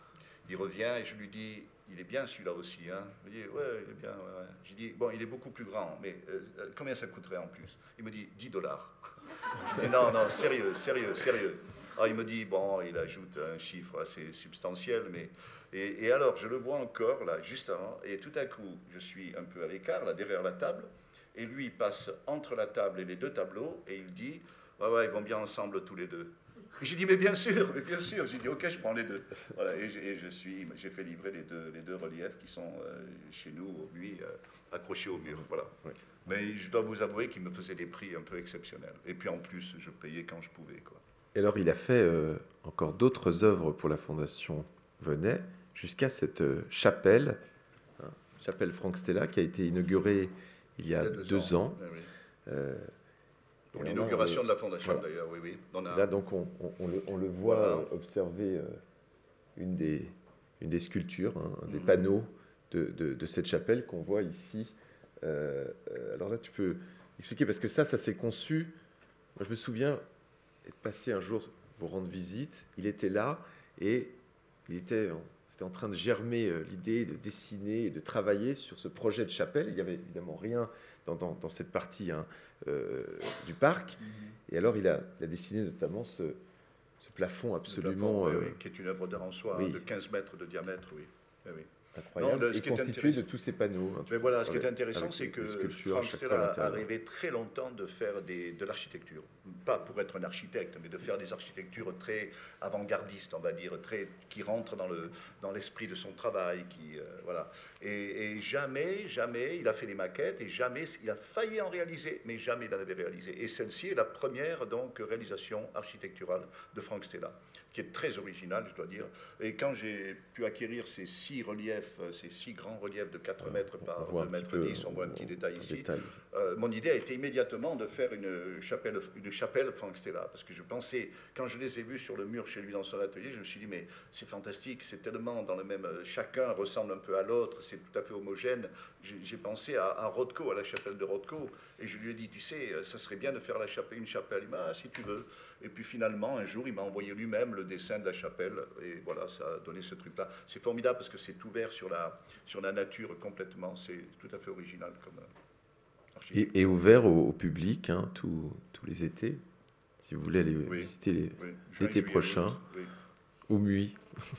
il revient et je lui dis, il est bien celui-là aussi. Hein? Il me dit, ouais, il est bien. Ouais, ouais. Je dis, bon, il est beaucoup plus grand, mais euh, combien ça coûterait en plus? Il me dit, dix dollars. Je dis, non, non, sérieux, sérieux, sérieux. Alors il me dit, bon, il ajoute un chiffre assez substantiel, mais... Et, et alors, je le vois encore, là, juste avant, et tout à coup, je suis un peu à l'écart, là, derrière la table, et lui, il passe entre la table et les deux tableaux, et il dit, ouais, ouais, ils vont bien ensemble tous les deux. J'ai dit, mais bien sûr, mais bien sûr. J'ai dit, ok, je prends les deux. Voilà, et, et je suis, j'ai fait livrer les deux, les deux reliefs qui sont euh, chez nous, au buis, euh, accrochés au mur. Voilà. Oui. Mais je dois vous avouer qu'il me faisait des prix un peu exceptionnels. Et puis en plus, je payais quand je pouvais, quoi. Et alors, il a fait euh, encore d'autres œuvres pour la Fondation Venet, jusqu'à cette euh, chapelle, hein, chapelle Frank Stella, qui a été inaugurée il y a, il y a deux, deux ans. ans. Oui, oui. Euh, pour l'inauguration de la Fondation, voilà. D'ailleurs, oui, oui. On a... Là, donc, on, on, on, le, on le voit voilà. observer euh, une, des, une des sculptures, hein, un des mmh. panneaux de, de, de cette chapelle qu'on voit ici. Euh, alors là, tu peux expliquer, parce que ça, ça s'est conçu. Moi, je me souviens être passé un jour vous rendre visite. Il était là et il était, c'était en train de germer euh, l'idée de dessiner et de travailler sur ce projet de chapelle. Il n'y avait évidemment rien dans, dans, dans cette partie hein, euh, du parc. Mm-hmm. Et alors, il a, il a dessiné notamment ce, ce plafond absolument... Le plafond, oui, euh, oui, qui est une œuvre d'art en soi, oui. de quinze mètres de diamètre, oui. oui, oui. Incroyable, non, le, ce et qui constitué de tous ces panneaux. Hein, mais voilà, ce qui est intéressant, c'est que Frank Stella a rêvé très longtemps de faire des, de l'architecture. Pas pour être un architecte, mais de faire des architectures très avant-gardistes, on va dire, très, qui rentrent dans, le, dans l'esprit de son travail. Qui, euh, voilà. et, et jamais, jamais, il a fait des maquettes, et jamais, il a failli en réaliser, mais jamais il en avait réalisé. Et celle-ci est la première donc, réalisation architecturale de Frank Stella, qui est très originale, je dois dire. Et quand j'ai pu acquérir ces six reliefs, ces six grands reliefs de quatre mètres par deux mètres dix, on voit un petit détail ici. Détail. Euh, mon idée a été immédiatement de faire une chapelle, une chapelle Frank Stella, parce que je pensais, quand je les ai vus sur le mur chez lui dans son atelier, je me suis dit, mais c'est fantastique, c'est tellement dans le même... Chacun ressemble un peu à l'autre, c'est tout à fait homogène. J'ai pensé à, à Rothko, à la chapelle de Rothko, et je lui ai dit, tu sais, ça serait bien de faire la chapelle, une chapelle. Il m'a dit, ah, si tu veux. Et puis finalement, un jour, il m'a envoyé lui-même le dessin de la chapelle, et voilà, ça a donné ce truc-là. C'est formidable parce que c'est ouvert sur la, sur la nature complètement, c'est tout à fait original comme et, et ouvert au, au public hein, tous, tous les étés, si vous voulez aller oui. visiter les, oui. l'été prochain, oui. au Muy.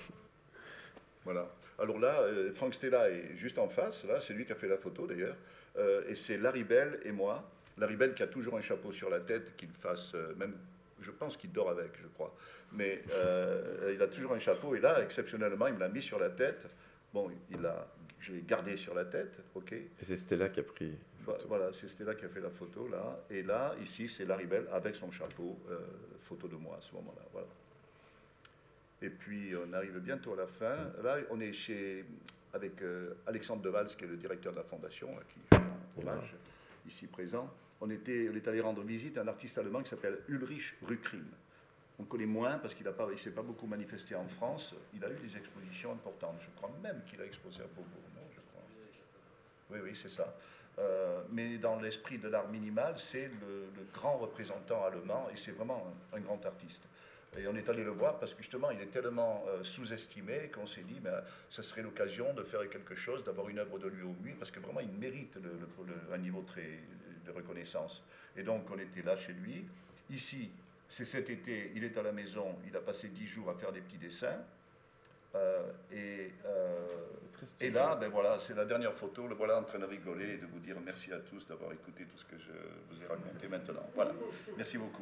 Voilà. Alors là, euh, Frank Stella est juste en face, là, c'est lui qui a fait la photo d'ailleurs, euh, et c'est Larry Bell et moi. Larry Bell qui a toujours un chapeau sur la tête, qu'il fasse euh, même Je pense qu'il dort avec, je crois. Mais euh, il a toujours un chapeau. Et là, exceptionnellement, il me l'a mis sur la tête. Bon, il l'a, je l'ai gardé sur la tête, ok. Et c'est Stella qui a pris. Voilà, c'est Stella qui a fait la photo là. Et là, ici, c'est Larry Bell avec son chapeau, euh, photo de moi à ce moment-là. Voilà. Et puis, on arrive bientôt à la fin. Là, on est chez, avec euh, Alexandre Devals, qui est le directeur de la fondation, à qui je rends hommage, ici présent. On, était, on est allé rendre visite à un artiste allemand qui s'appelle Ulrich Rückrim. On connaît moins parce qu'il ne s'est pas beaucoup manifesté en France. Il a eu des expositions importantes. Je crois même qu'il a exposé à Beaubourg, non, je crois. Oui, oui, c'est ça. Euh, mais dans l'esprit de l'art minimal, c'est le, le grand représentant allemand et c'est vraiment un, un grand artiste. Et on est allé le voir parce que justement, il est tellement euh, sous-estimé qu'on s'est dit, ben, ça serait l'occasion de faire quelque chose, d'avoir une œuvre de lui au lui, parce que vraiment, il mérite le, le, le, un niveau très, de reconnaissance. Et donc, on était là chez lui. Ici, c'est cet été, il est à la maison, il a passé dix jours à faire des petits dessins. Euh, et, euh, et là, ben voilà, c'est la dernière photo, le voilà en train de rigoler et de vous dire merci à tous d'avoir écouté tout ce que je vous ai raconté maintenant. Voilà, merci beaucoup.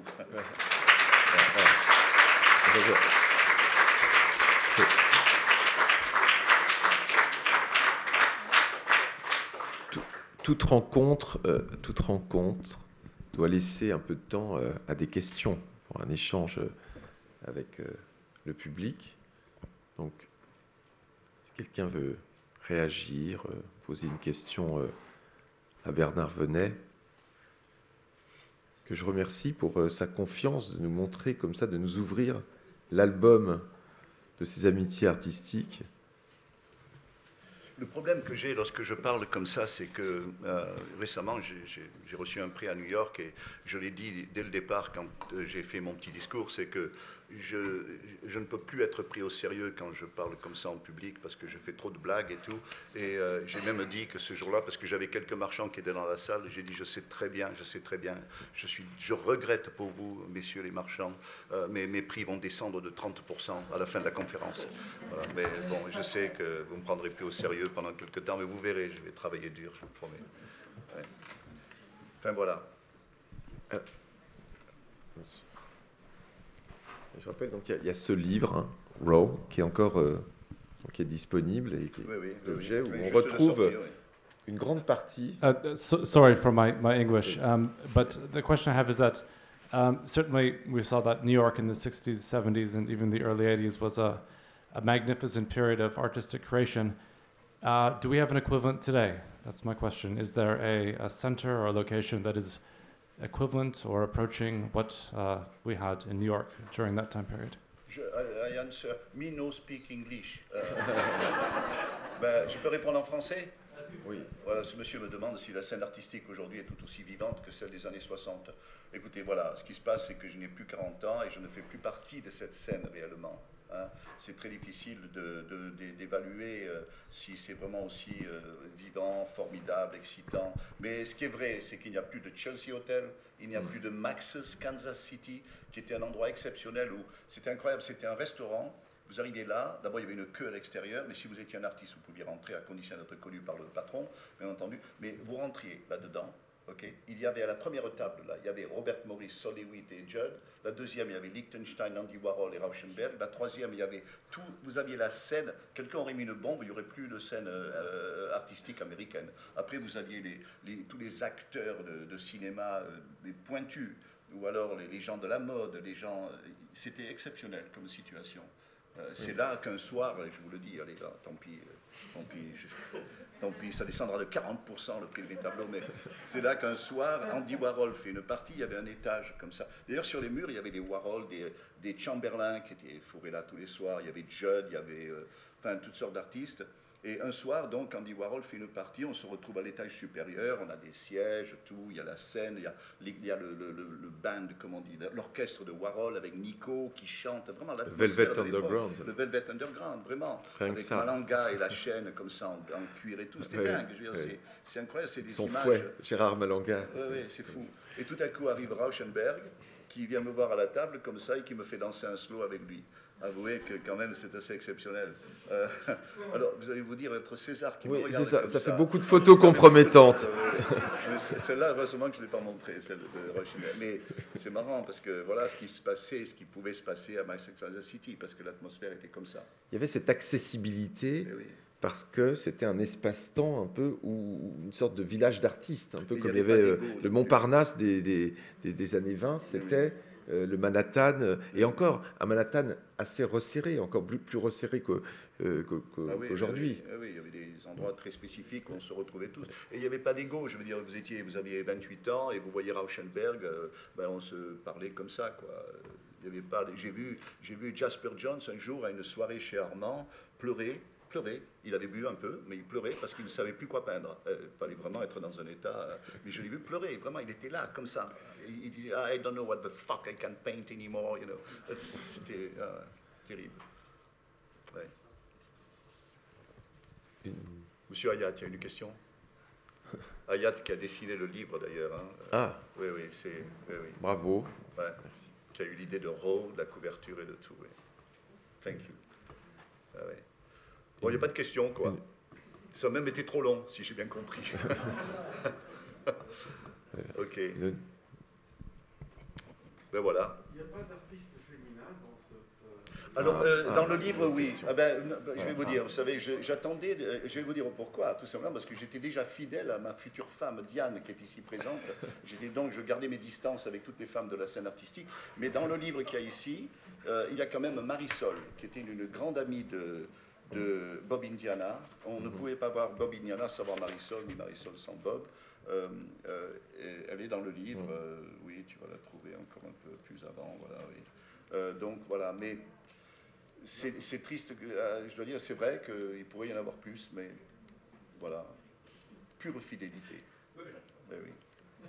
Tout, toute rencontre, euh, toute rencontre doit laisser un peu de temps euh, à des questions, pour un échange avec euh, le public. Donc, si quelqu'un veut réagir, euh, poser une question euh, à Bernard Venet, que je remercie pour euh, sa confiance de nous montrer comme ça, de nous ouvrir l'album de ses amitiés artistiques. Le problème que j'ai lorsque je parle comme ça, c'est que euh, récemment, j'ai reçu un prix à New York et je l'ai dit dès le départ quand euh, j'ai fait mon petit discours, c'est que je, je ne peux plus être pris au sérieux quand je parle comme ça en public parce que je fais trop de blagues et tout. Et euh, j'ai même dit que ce jour-là, parce que j'avais quelques marchands qui étaient dans la salle, j'ai dit je sais très bien, je sais très bien, je, suis, je regrette pour vous, messieurs les marchands, euh, mais mes prix vont descendre de trente pour cent à la fin de la conférence. Voilà. Mais bon, je sais que vous ne me prendrez plus au sérieux pendant quelques temps, mais vous verrez, je vais travailler dur, je vous promets. Ouais. Enfin voilà. Euh, je rappelle, donc il y, y a ce livre, hein, Raw, qui est encore euh, qui est disponible et qui est oui, oui, l'objet oui, oui. où Oui, on retrouve sortir, oui. une grande partie. Uh, so, sorry for my, my English, um, but the question I have is that um, certainly we saw that New York in the sixties, seventies, and even the early eighties was a, a magnificent period of artistic creation. Uh, do we have an equivalent today? That's my question. Is there a, a center or a location that is equivalent or approaching what uh, we had in New York during that time period? Je, I, I answer, me no speak English. Euh, ben, je peux répondre en français? Oui. Voilà, ce monsieur me demande si la scène artistique aujourd'hui est tout aussi vivante que celle des années soixante. Écoutez, voilà, ce qui se passe, c'est que je n'ai plus quarante ans et je ne fais plus partie de cette scène réellement. Hein. C'est très difficile d'évaluer de, de, euh, si c'est vraiment aussi euh, vivant, formidable, excitant. Mais ce qui est vrai, c'est qu'il n'y a plus de Chelsea Hotel, il n'y a plus de Max's Kansas City, qui était un endroit exceptionnel où c'était incroyable, c'était un restaurant. Vous arrivez là, d'abord il y avait une queue à l'extérieur, mais si vous étiez un artiste, vous pouviez rentrer à condition d'être connu par le patron, bien entendu. Mais vous rentriez là-dedans. Okay. Il y avait à la première table, là, il y avait Robert Morris, Sol Lewitt et Judd. La deuxième, il y avait Lichtenstein, Andy Warhol et Rauschenberg. La troisième, il y avait tout. Vous aviez la scène. Quelqu'un aurait mis une bombe, il n'y aurait plus de scène euh, artistique américaine. Après, vous aviez les, les, tous les acteurs de, de cinéma, euh, les pointus, ou alors les, les gens de la mode, les gens. Euh, C'était exceptionnel comme situation. Euh, C'est oui. là qu'un soir, je vous le dis, allez là, tant pis, tant pis. Je, Tant pis, ça descendra de quarante pour cent le prix de mes tableaux, mais c'est là qu'un soir, Andy Warhol fait une partie, il y avait un étage comme ça. D'ailleurs, sur les murs, il y avait des Warhol, des, des Chamberlain qui étaient fourrés là tous les soirs, il y avait Judd, il y avait euh, enfin, toutes sortes d'artistes. Et un soir, donc, Andy Warhol fait une partie, on se retrouve à l'étage supérieur, on a des sièges, tout, il y a la scène, il y a, il y a le, le, le, le band, comment on dit, l'orchestre de Warhol avec Nico qui chante, vraiment la Velvet Underground. Le Velvet Underground, vraiment. Rien avec ça. Malanga et la chaîne comme ça en, en cuir et tout, c'était oui, dingue, je veux dire, oui. c'est incroyable, c'est des Son images. fouet, Gérard Malanga. Oui, oui, c'est fou. Et tout à coup arrive Rauschenberg qui vient me voir à la table comme ça et qui me fait danser un slow avec lui. Avouez que quand même c'est assez exceptionnel. Euh, alors vous allez vous dire être César qui oui, me regarde ça, comme ça ça. fait beaucoup de photos compromettantes. Celle-là, heureusement que je ne l'ai pas montrée, celle de Rochester. Mais c'est marrant parce que voilà ce qui se passait, ce qui pouvait se passer à Manchester City, parce que l'atmosphère était comme ça. Il y avait cette accessibilité. Et oui. Parce que c'était un espace-temps un peu, ou une sorte de village d'artistes, un peu Et comme il il y y avait avait euh, le le Montparnasse des, des, des, des années vingt, c'était euh, le Manhattan, euh, et encore un Manhattan assez resserré, encore plus, plus resserré que, euh, que, que, ah oui, qu'aujourd'hui. Ah oui, ah oui, il y avait des endroits très spécifiques où on se retrouvait tous. Et il n'y avait pas d'ego, je veux dire, vous, étiez, vous aviez vingt-huit ans et vous voyez Rauschenberg, euh, ben on se parlait comme ça, quoi. Il y avait pas, j'ai vu, j'ai vu Jasper Johns un jour à une soirée chez Armand pleurer. pleurait, il avait bu un peu, mais il pleurait parce qu'il ne savait plus quoi peindre. Il euh, fallait vraiment être dans un état... Euh, mais je l'ai vu pleurer, vraiment, il était là, comme ça. Il, il disait, I don't know what the fuck I can paint anymore, you know. C'était euh, terrible. Ouais. Une... Monsieur Hayat, il y a une question. Hayat qui a dessiné le livre, d'ailleurs. Hein. Ah. Oui, oui, c'est... Oui, oui. Bravo. Ouais. Merci. Qui a eu l'idée de Raw, de la couverture et de tout, oui. Thank you. Ah, oui. Bon, il n'y a pas de question, quoi. Ça a même été trop long, si j'ai bien compris. Ok. Ben voilà. Il n'y a pas d'artiste féminin dans ce... Alors, euh, ah, dans ah, le livre, oui. Ah ben, je vais ah, vous ah. dire, vous savez, je, j'attendais, je vais vous dire pourquoi, tout simplement parce que j'étais déjà fidèle à ma future femme, Diane, qui est ici présente. J'étais donc, je gardais mes distances avec toutes les femmes de la scène artistique. Mais dans le livre qu'il y a ici, euh, il y a quand même Marisol, qui était une, une grande amie de... de Bob Indiana. On ne pouvait pas voir Bob Indiana sans voir Marisol, ni Marisol sans Bob. Euh, euh, et elle est dans le livre, euh, oui, tu vas la trouver encore un peu plus avant, voilà, oui. Euh, donc voilà, mais c'est, c'est triste, euh, je dois dire, c'est vrai qu'il pourrait y en avoir plus, mais voilà, pure fidélité. Ben oui.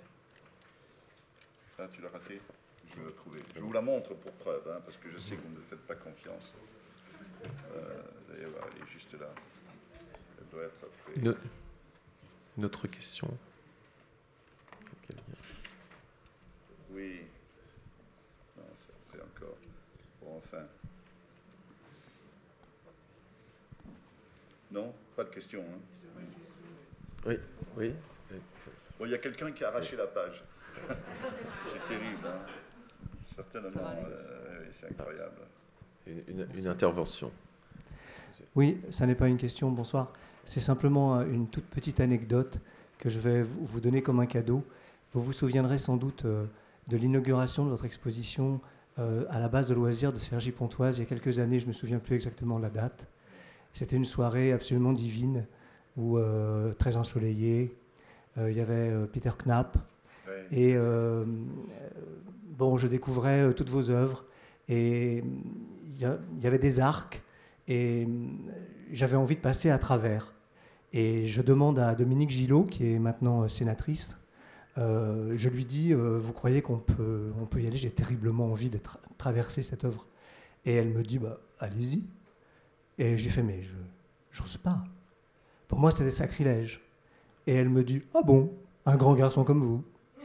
Ah, tu l'as raté? Je vais la trouver. Je vous la montre pour preuve, hein, parce que je sais que vous ne me faites pas confiance. Euh, D'ailleurs, elle est juste là. Elle doit être après. Une, une autre question. Oui. Non, c'est après encore. Bon, enfin. Non, pas de question. Hein. Oui, oui. Bon, il y a quelqu'un qui a arraché la page. C'est terrible. Hein. Certainement. Euh, c'est incroyable. Une, une, une intervention. Oui, ça n'est pas une question, bonsoir. C'est simplement une toute petite anecdote que je vais vous donner comme un cadeau. Vous vous souviendrez sans doute de l'inauguration de votre exposition à la base de loisirs de Cergy-Pontoise il y a quelques années, je ne me souviens plus exactement la date. C'était une soirée absolument divine, où, euh, très ensoleillée. Euh, il y avait euh, Peter Knapp. Oui. Et euh, bon, je découvrais euh, toutes vos œuvres. Et il y, y avait des arcs. Et j'avais envie de passer à travers. Et je demande à Dominique Gillot, qui est maintenant sénatrice, euh, je lui dis, euh, vous croyez qu'on peut, on peut y aller? J'ai terriblement envie de tra- traverser cette œuvre. Et elle me dit, bah, allez-y. Et j'ai fait, mais je n'ose pas. Pour moi, c'était sacrilège. Et elle me dit, ah bon, un grand garçon comme vous.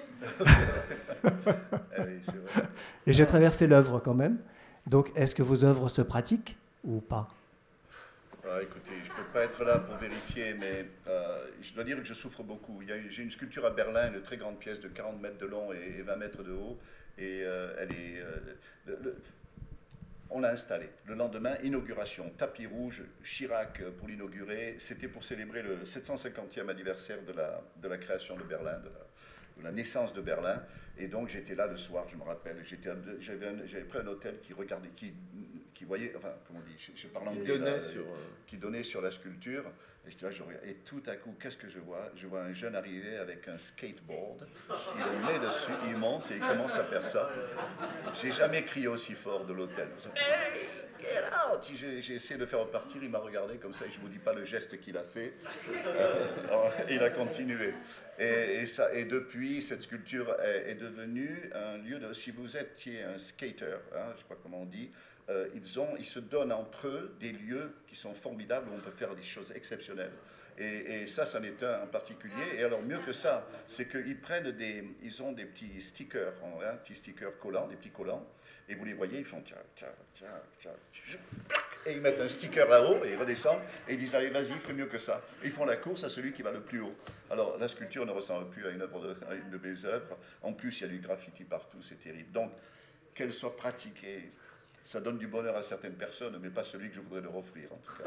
Oui, c'est vrai. Et j'ai traversé l'œuvre quand même. Donc, est-ce que vos œuvres se pratiquent ou pas? Ah, écoutez, je ne peux pas être là pour vérifier, mais euh, je dois dire que je souffre beaucoup. Il y a, j'ai une sculpture à Berlin, une très grande pièce de quarante mètres de long et vingt mètres de haut, et euh, elle est... Euh, le, le, on l'a installée. Le lendemain, inauguration, tapis rouge, Chirac pour l'inaugurer. C'était pour célébrer le sept cent cinquantième anniversaire de la, de la création de Berlin, de la, de la naissance de Berlin. Et donc j'étais là le soir, je me rappelle. J'étais, j'avais, un, j'avais pris un hôtel qui regardait, qui, qui voyait, enfin, comment on dit, je, je parle anglais, donnait là, sur, euh... qui donnait sur la sculpture. Et, je, je regarde, et tout à coup, qu'est-ce que je vois? Je vois un jeune arriver avec un skateboard. Il le met dessus, il monte et il commence à faire ça. J'ai jamais crié aussi fort de l'hôtel. Hey, get out! J'ai, j'ai essayé de faire repartir, il m'a regardé comme ça, et je ne vous dis pas le geste qu'il a fait. Euh, il a continué. Et, et, ça, et depuis, cette sculpture est, est devenue un lieu de... Si vous étiez un skater, hein, je ne sais pas comment on dit, euh, ils, ont, ils se donnent entre eux des lieux qui sont formidables, où on peut faire des choses exceptionnelles. Et, et ça, c'en est un en particulier. Et alors, mieux que ça, c'est qu'ils prennent des... Ils ont des petits stickers, hein, petits stickers collants, des petits collants. Et vous les voyez, ils font tiens, tiens, tiens, tiens, et ils mettent un sticker là-haut, et ils redescendent, et ils disent allez, vas-y, fais mieux que ça. Et ils font la course à celui qui va le plus haut. Alors, la sculpture ne ressemble plus à une, œuvre de, à une de mes œuvres. En plus, il y a du graffiti partout, c'est terrible. Donc, qu'elle soit pratiquée, ça donne du bonheur à certaines personnes, mais pas celui que je voudrais leur offrir, en tout cas.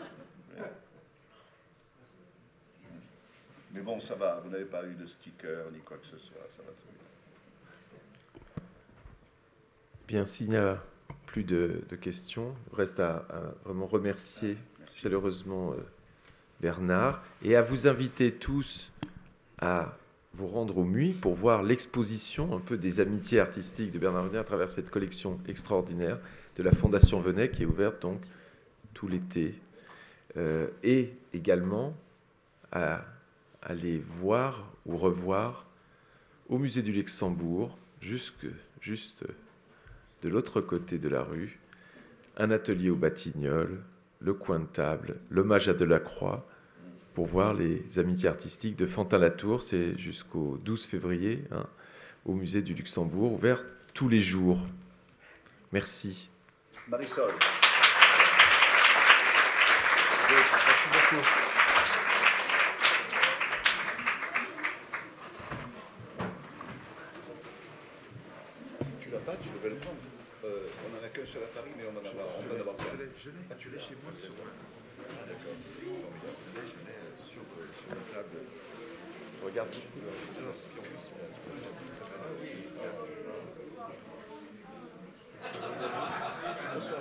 Mais bon, ça va, vous n'avez pas eu de sticker, ni quoi que ce soit, ça va très bien. Bien, s'il n'y a plus de, de questions, il reste à, à vraiment remercier Merci. chaleureusement euh, Bernard et à vous inviter tous à vous rendre au M U I pour voir l'exposition un peu des amitiés artistiques de Bernard Venet à travers cette collection extraordinaire de la Fondation Venet qui est ouverte donc tout l'été. Euh, et également à aller voir ou revoir au Musée du Luxembourg, jusque, juste de l'autre côté de la rue, un atelier aux Batignolles, le coin de table, l'hommage à Delacroix, pour voir les amitiés artistiques de Fantin-Latour. C'est jusqu'au douze février, hein, au Musée du Luxembourg, ouvert tous les jours. Merci. Marisol. Merci beaucoup. Tu l'as pas, tu devrais le prendre. Euh, on n'en a qu'un seul à Paris, mais on en a pas. Je l'ai, je l'ai, je l'ai chez moi sur. Ah, d'accord. Je l'ai, je l'ai sur, sur la table. Regarde. Alors, ce qui en plus, tu l'as. Ah oui, merci. Bonsoir.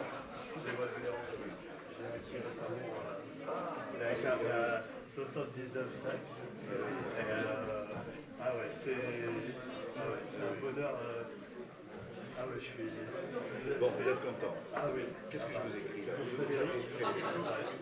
Il a un câble à soixante-dix-neuf virgule cinq. Euh, ah ouais, c'est ah ouais, c'est un bonheur. Euh, ah ouais, je suis. Bon, vous êtes content. Ah oui. Qu'est-ce que je vous écris là?